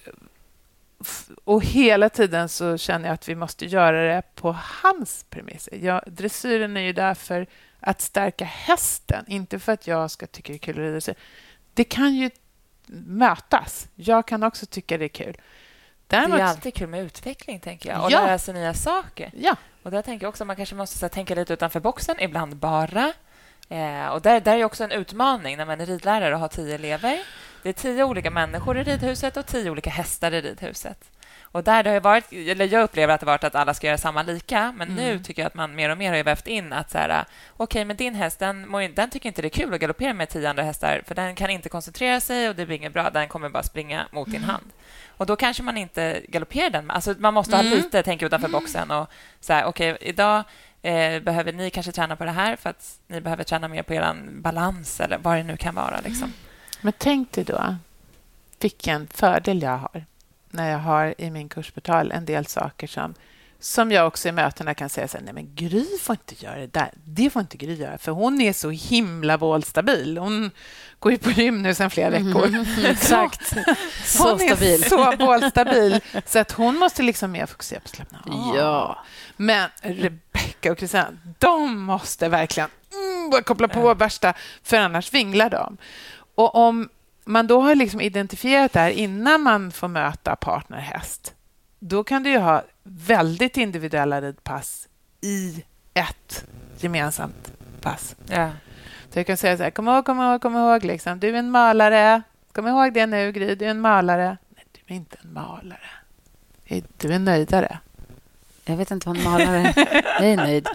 Och hela tiden så känner jag att vi måste göra det på hans premisser. Dressyren är ju där för att stärka hästen, inte för att jag ska tycka det är kul att rida dressyr. Det kan ju mötas. Jag kan också tycka det är kul. Däremot... Det är alltid kul med utveckling, tänker jag. Och lära sig nya saker. Ja. Och där tänker jag också att man kanske måste tänka lite utanför boxen, ibland bara. Och där är också en utmaning när man är ridlärare och har 10 elever. Det är 10 olika människor i ridhuset och 10 olika hästar i ridhuset. Och där det har varit, eller jag upplever att det har varit att alla ska göra samma lika, men nu tycker jag att man mer och mer har vävt in att så här, okej, men din häst, den tycker inte det är kul att galoppera med 10 andra hästar, för den kan inte koncentrera sig och det blir inget bra, den kommer bara springa mot din hand. Och då kanske man inte galopperar den. Alltså man måste ha lite tänka utanför boxen och så här, okej, idag behöver ni kanske träna på det här för att ni behöver träna mer på er balans eller vad det nu kan vara. Liksom. Men tänk dig då vilken fördel jag har när jag har i min kursportal en del saker som jag också i mötena kan säga så här, nej men Gry får inte göra det där. Det får inte Gry göra, för hon är så himla våldstabil. Hon går ju på gym nu sedan flera veckor. Exakt. Hon är så våldstabil så att hon måste liksom mer fokusera på att slappna av. Ja. Men Rebecca och Kristina, de måste verkligen bara koppla på värsta, för annars vinglar de. Och om man då har liksom identifierat det här innan man får möta partnerhäst, då kan du ju ha väldigt individuella ridpass i ett gemensamt pass. Ja. Så jag kan säga så här, kom ihåg liksom, du är en malare. Kom ihåg det nu, Gry, du är en malare. Nej, du är inte en malare. Du är nöjdare. Jag vet inte vad en malare är. Jag är nöjd.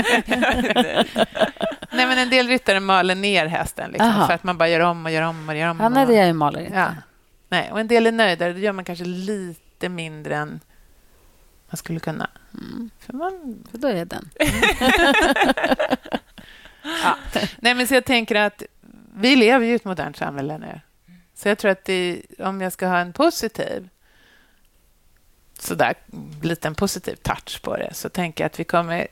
Nej, men en del ryttare maler ner hästen liksom, för att man bara gör om. Ja, nej, det är ju malare. Ja. Nej, och en del är nöjdare. Då gör man kanske lite mindre än man skulle kunna. För då är den. Ja. Nej, men så jag tänker att vi lever ju i ett modernt samhälle nu. Så jag tror att om jag ska ha en positiv liten positiv touch på det, så tänker jag att vi kommer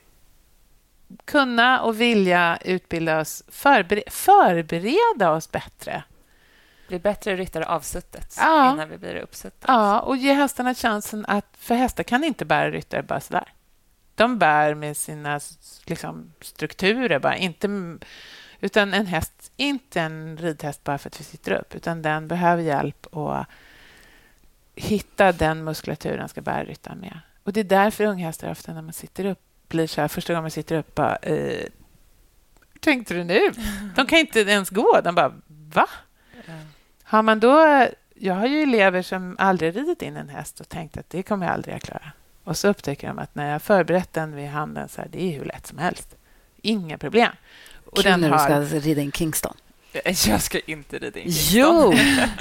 kunna och vilja utbilda oss, förbereda oss bättre. Bli bättre ryttare avsuttet innan vi blir uppsuttet. Ja, och ge hästarna chansen för hästar kan inte bära ryttare bara sådär. De bär med sina liksom, strukturer bara, utan en häst, inte en ridhäst bara för att vi sitter upp, utan den behöver hjälp att hitta den muskulatur den ska bära ryttaren med. Och det är därför unghästar ofta när man sitter upp blir så här, första gången man sitter upp bara, tänkte du nu? De kan inte ens gå. De bara, va? Har man då, jag har ju elever som aldrig ridit in en häst och tänkt att det kommer jag aldrig att klara. Och så upptäcker de att när jag förberett den vid handen så här, det är hur lätt som helst. Inga problem. Och kul när du ska rida in Kingston. Jag ska inte rida in Kingston. Jo!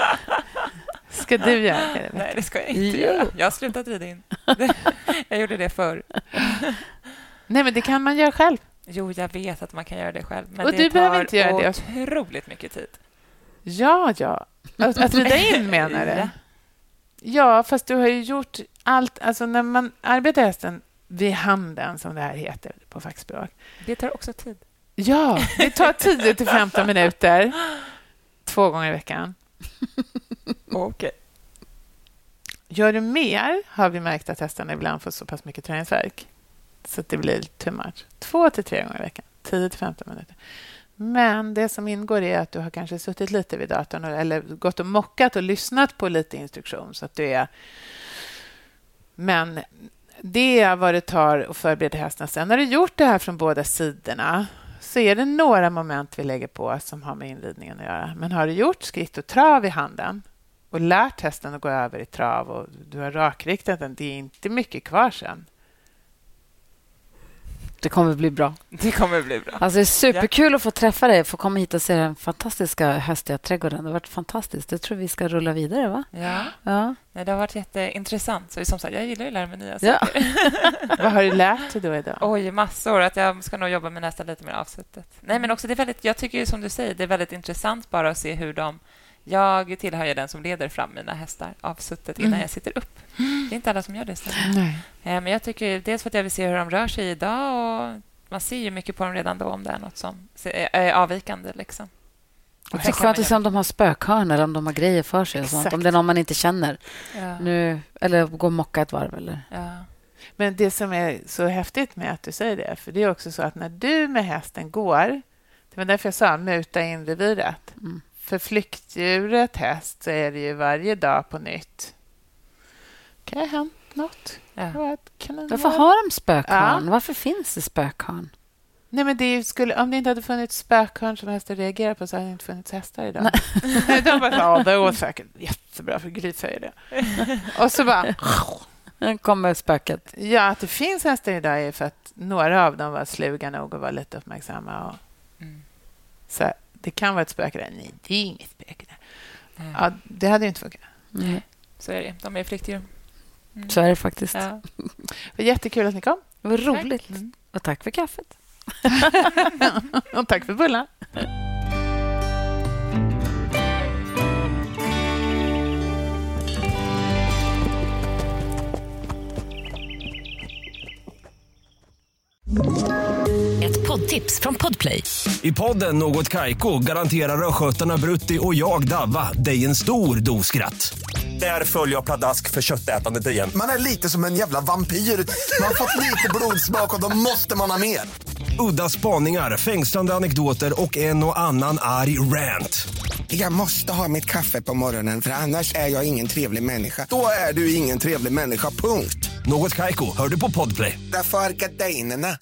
Ska du göra det? Nej, det ska jag inte göra. Jag har slutat rida in. Jag gjorde det förr. Nej, men det kan man göra själv. Jo, jag vet att man kan göra det själv. Men och det du behöver inte göra det. Otroligt mycket tid. Ja. Att rida in menar du? Ja, fast du har ju gjort allt. Alltså när man arbetar hästen vid handen, som det här heter på fackspråk. Det tar också tid. Ja, det tar 10-15 minuter. 2 gånger i veckan. Okej. Gör du mer har vi märkt att hästarna ibland får så pass mycket träningsvärk så att det blir too much. 2-3 gånger i veckan. 10-15 minuter. Men det som ingår är att du har kanske suttit lite vid datorn eller gått och mockat och lyssnat på lite instruktion så att du är... Men det är vad det tar att förbereda hästen. Sen när du gjort det här från båda sidorna så är det några moment vi lägger på som har med inridningen att göra. Men har du gjort skritt och trav i handen och lärt hästen att gå över i trav och du har rakriktat den, det är inte mycket kvar sen. Det kommer bli bra. Det kommer bli bra. Alltså det är superkul att få träffa dig, få komma hit och se den fantastiska höstiga trädgården. Det har varit fantastiskt. Jag tror vi ska rulla vidare, va? Ja. Nej, det har varit jätteintressant. Så som sagt, jag gillar att lära mig nya saker. Vad har du lärt dig då idag? Oj, massor. Att jag ska nog jobba med nästan lite mer avsuttet. Nej, men också det är väldigt, jag tycker som du säger, det är väldigt intressant bara att se hur jag tillhör ju den som leder fram mina hästar avsuttet innan jag sitter upp. Det är inte alla som gör det. Men jag tycker dels för att jag vill se hur de rör sig idag och man ser ju mycket på dem redan då om det är något som är avvikande. Liksom. Och det är skönt att se om de har spökhörn eller om de har grejer för sig. Och sånt, om det är någon man inte känner. Nu, eller gå och mocka ett varv. Eller. Ja. Men det som är så häftigt med att du säger det, för det är också så att när du med hästen går, det var därför jag sa muta in reviret. För flyktdjuret häst så är det ju varje dag på nytt. Kan det ha hänt något? Ja. Varför har de spökhörn? Varför finns det spökhörn? Nej, men om det inte hade funnits spökhörn som hästar reagerar på så hade det inte funnits hästar idag. De bara, det var säkert jättebra för Gry säger det. Och så bara... kommer spöket. Ja, att det finns hästar idag är för att några av dem var sluga nog och var lite uppmärksamma. Och... Så det kan vara ett spöke där. Nej, det är inget spöke där. Ja, det hade ju inte funkat. Nej. Så är det. De är flyktdjur. Så är det faktiskt. Ja. Det var jättekul att ni kom. Det var roligt. Och tack för kaffet. Och tack för bullar. Ett poddtips från Podplay. I podden Något Kaiko garanterar röskötarna Brutti och jag Davva dig en stor dos skratt. Där följer jag pladask för köttätandet igen. Man är lite som en jävla vampyr. Man har fått lite blodsmak och då måste man ha mer. Udda spaningar, fängslande anekdoter och en och annan arg rant. Jag måste ha mitt kaffe på morgonen för annars är jag ingen trevlig människa. Då är du ingen trevlig människa, punkt. Något Kaiko, hör du på Podplay. Därför är gardinerna.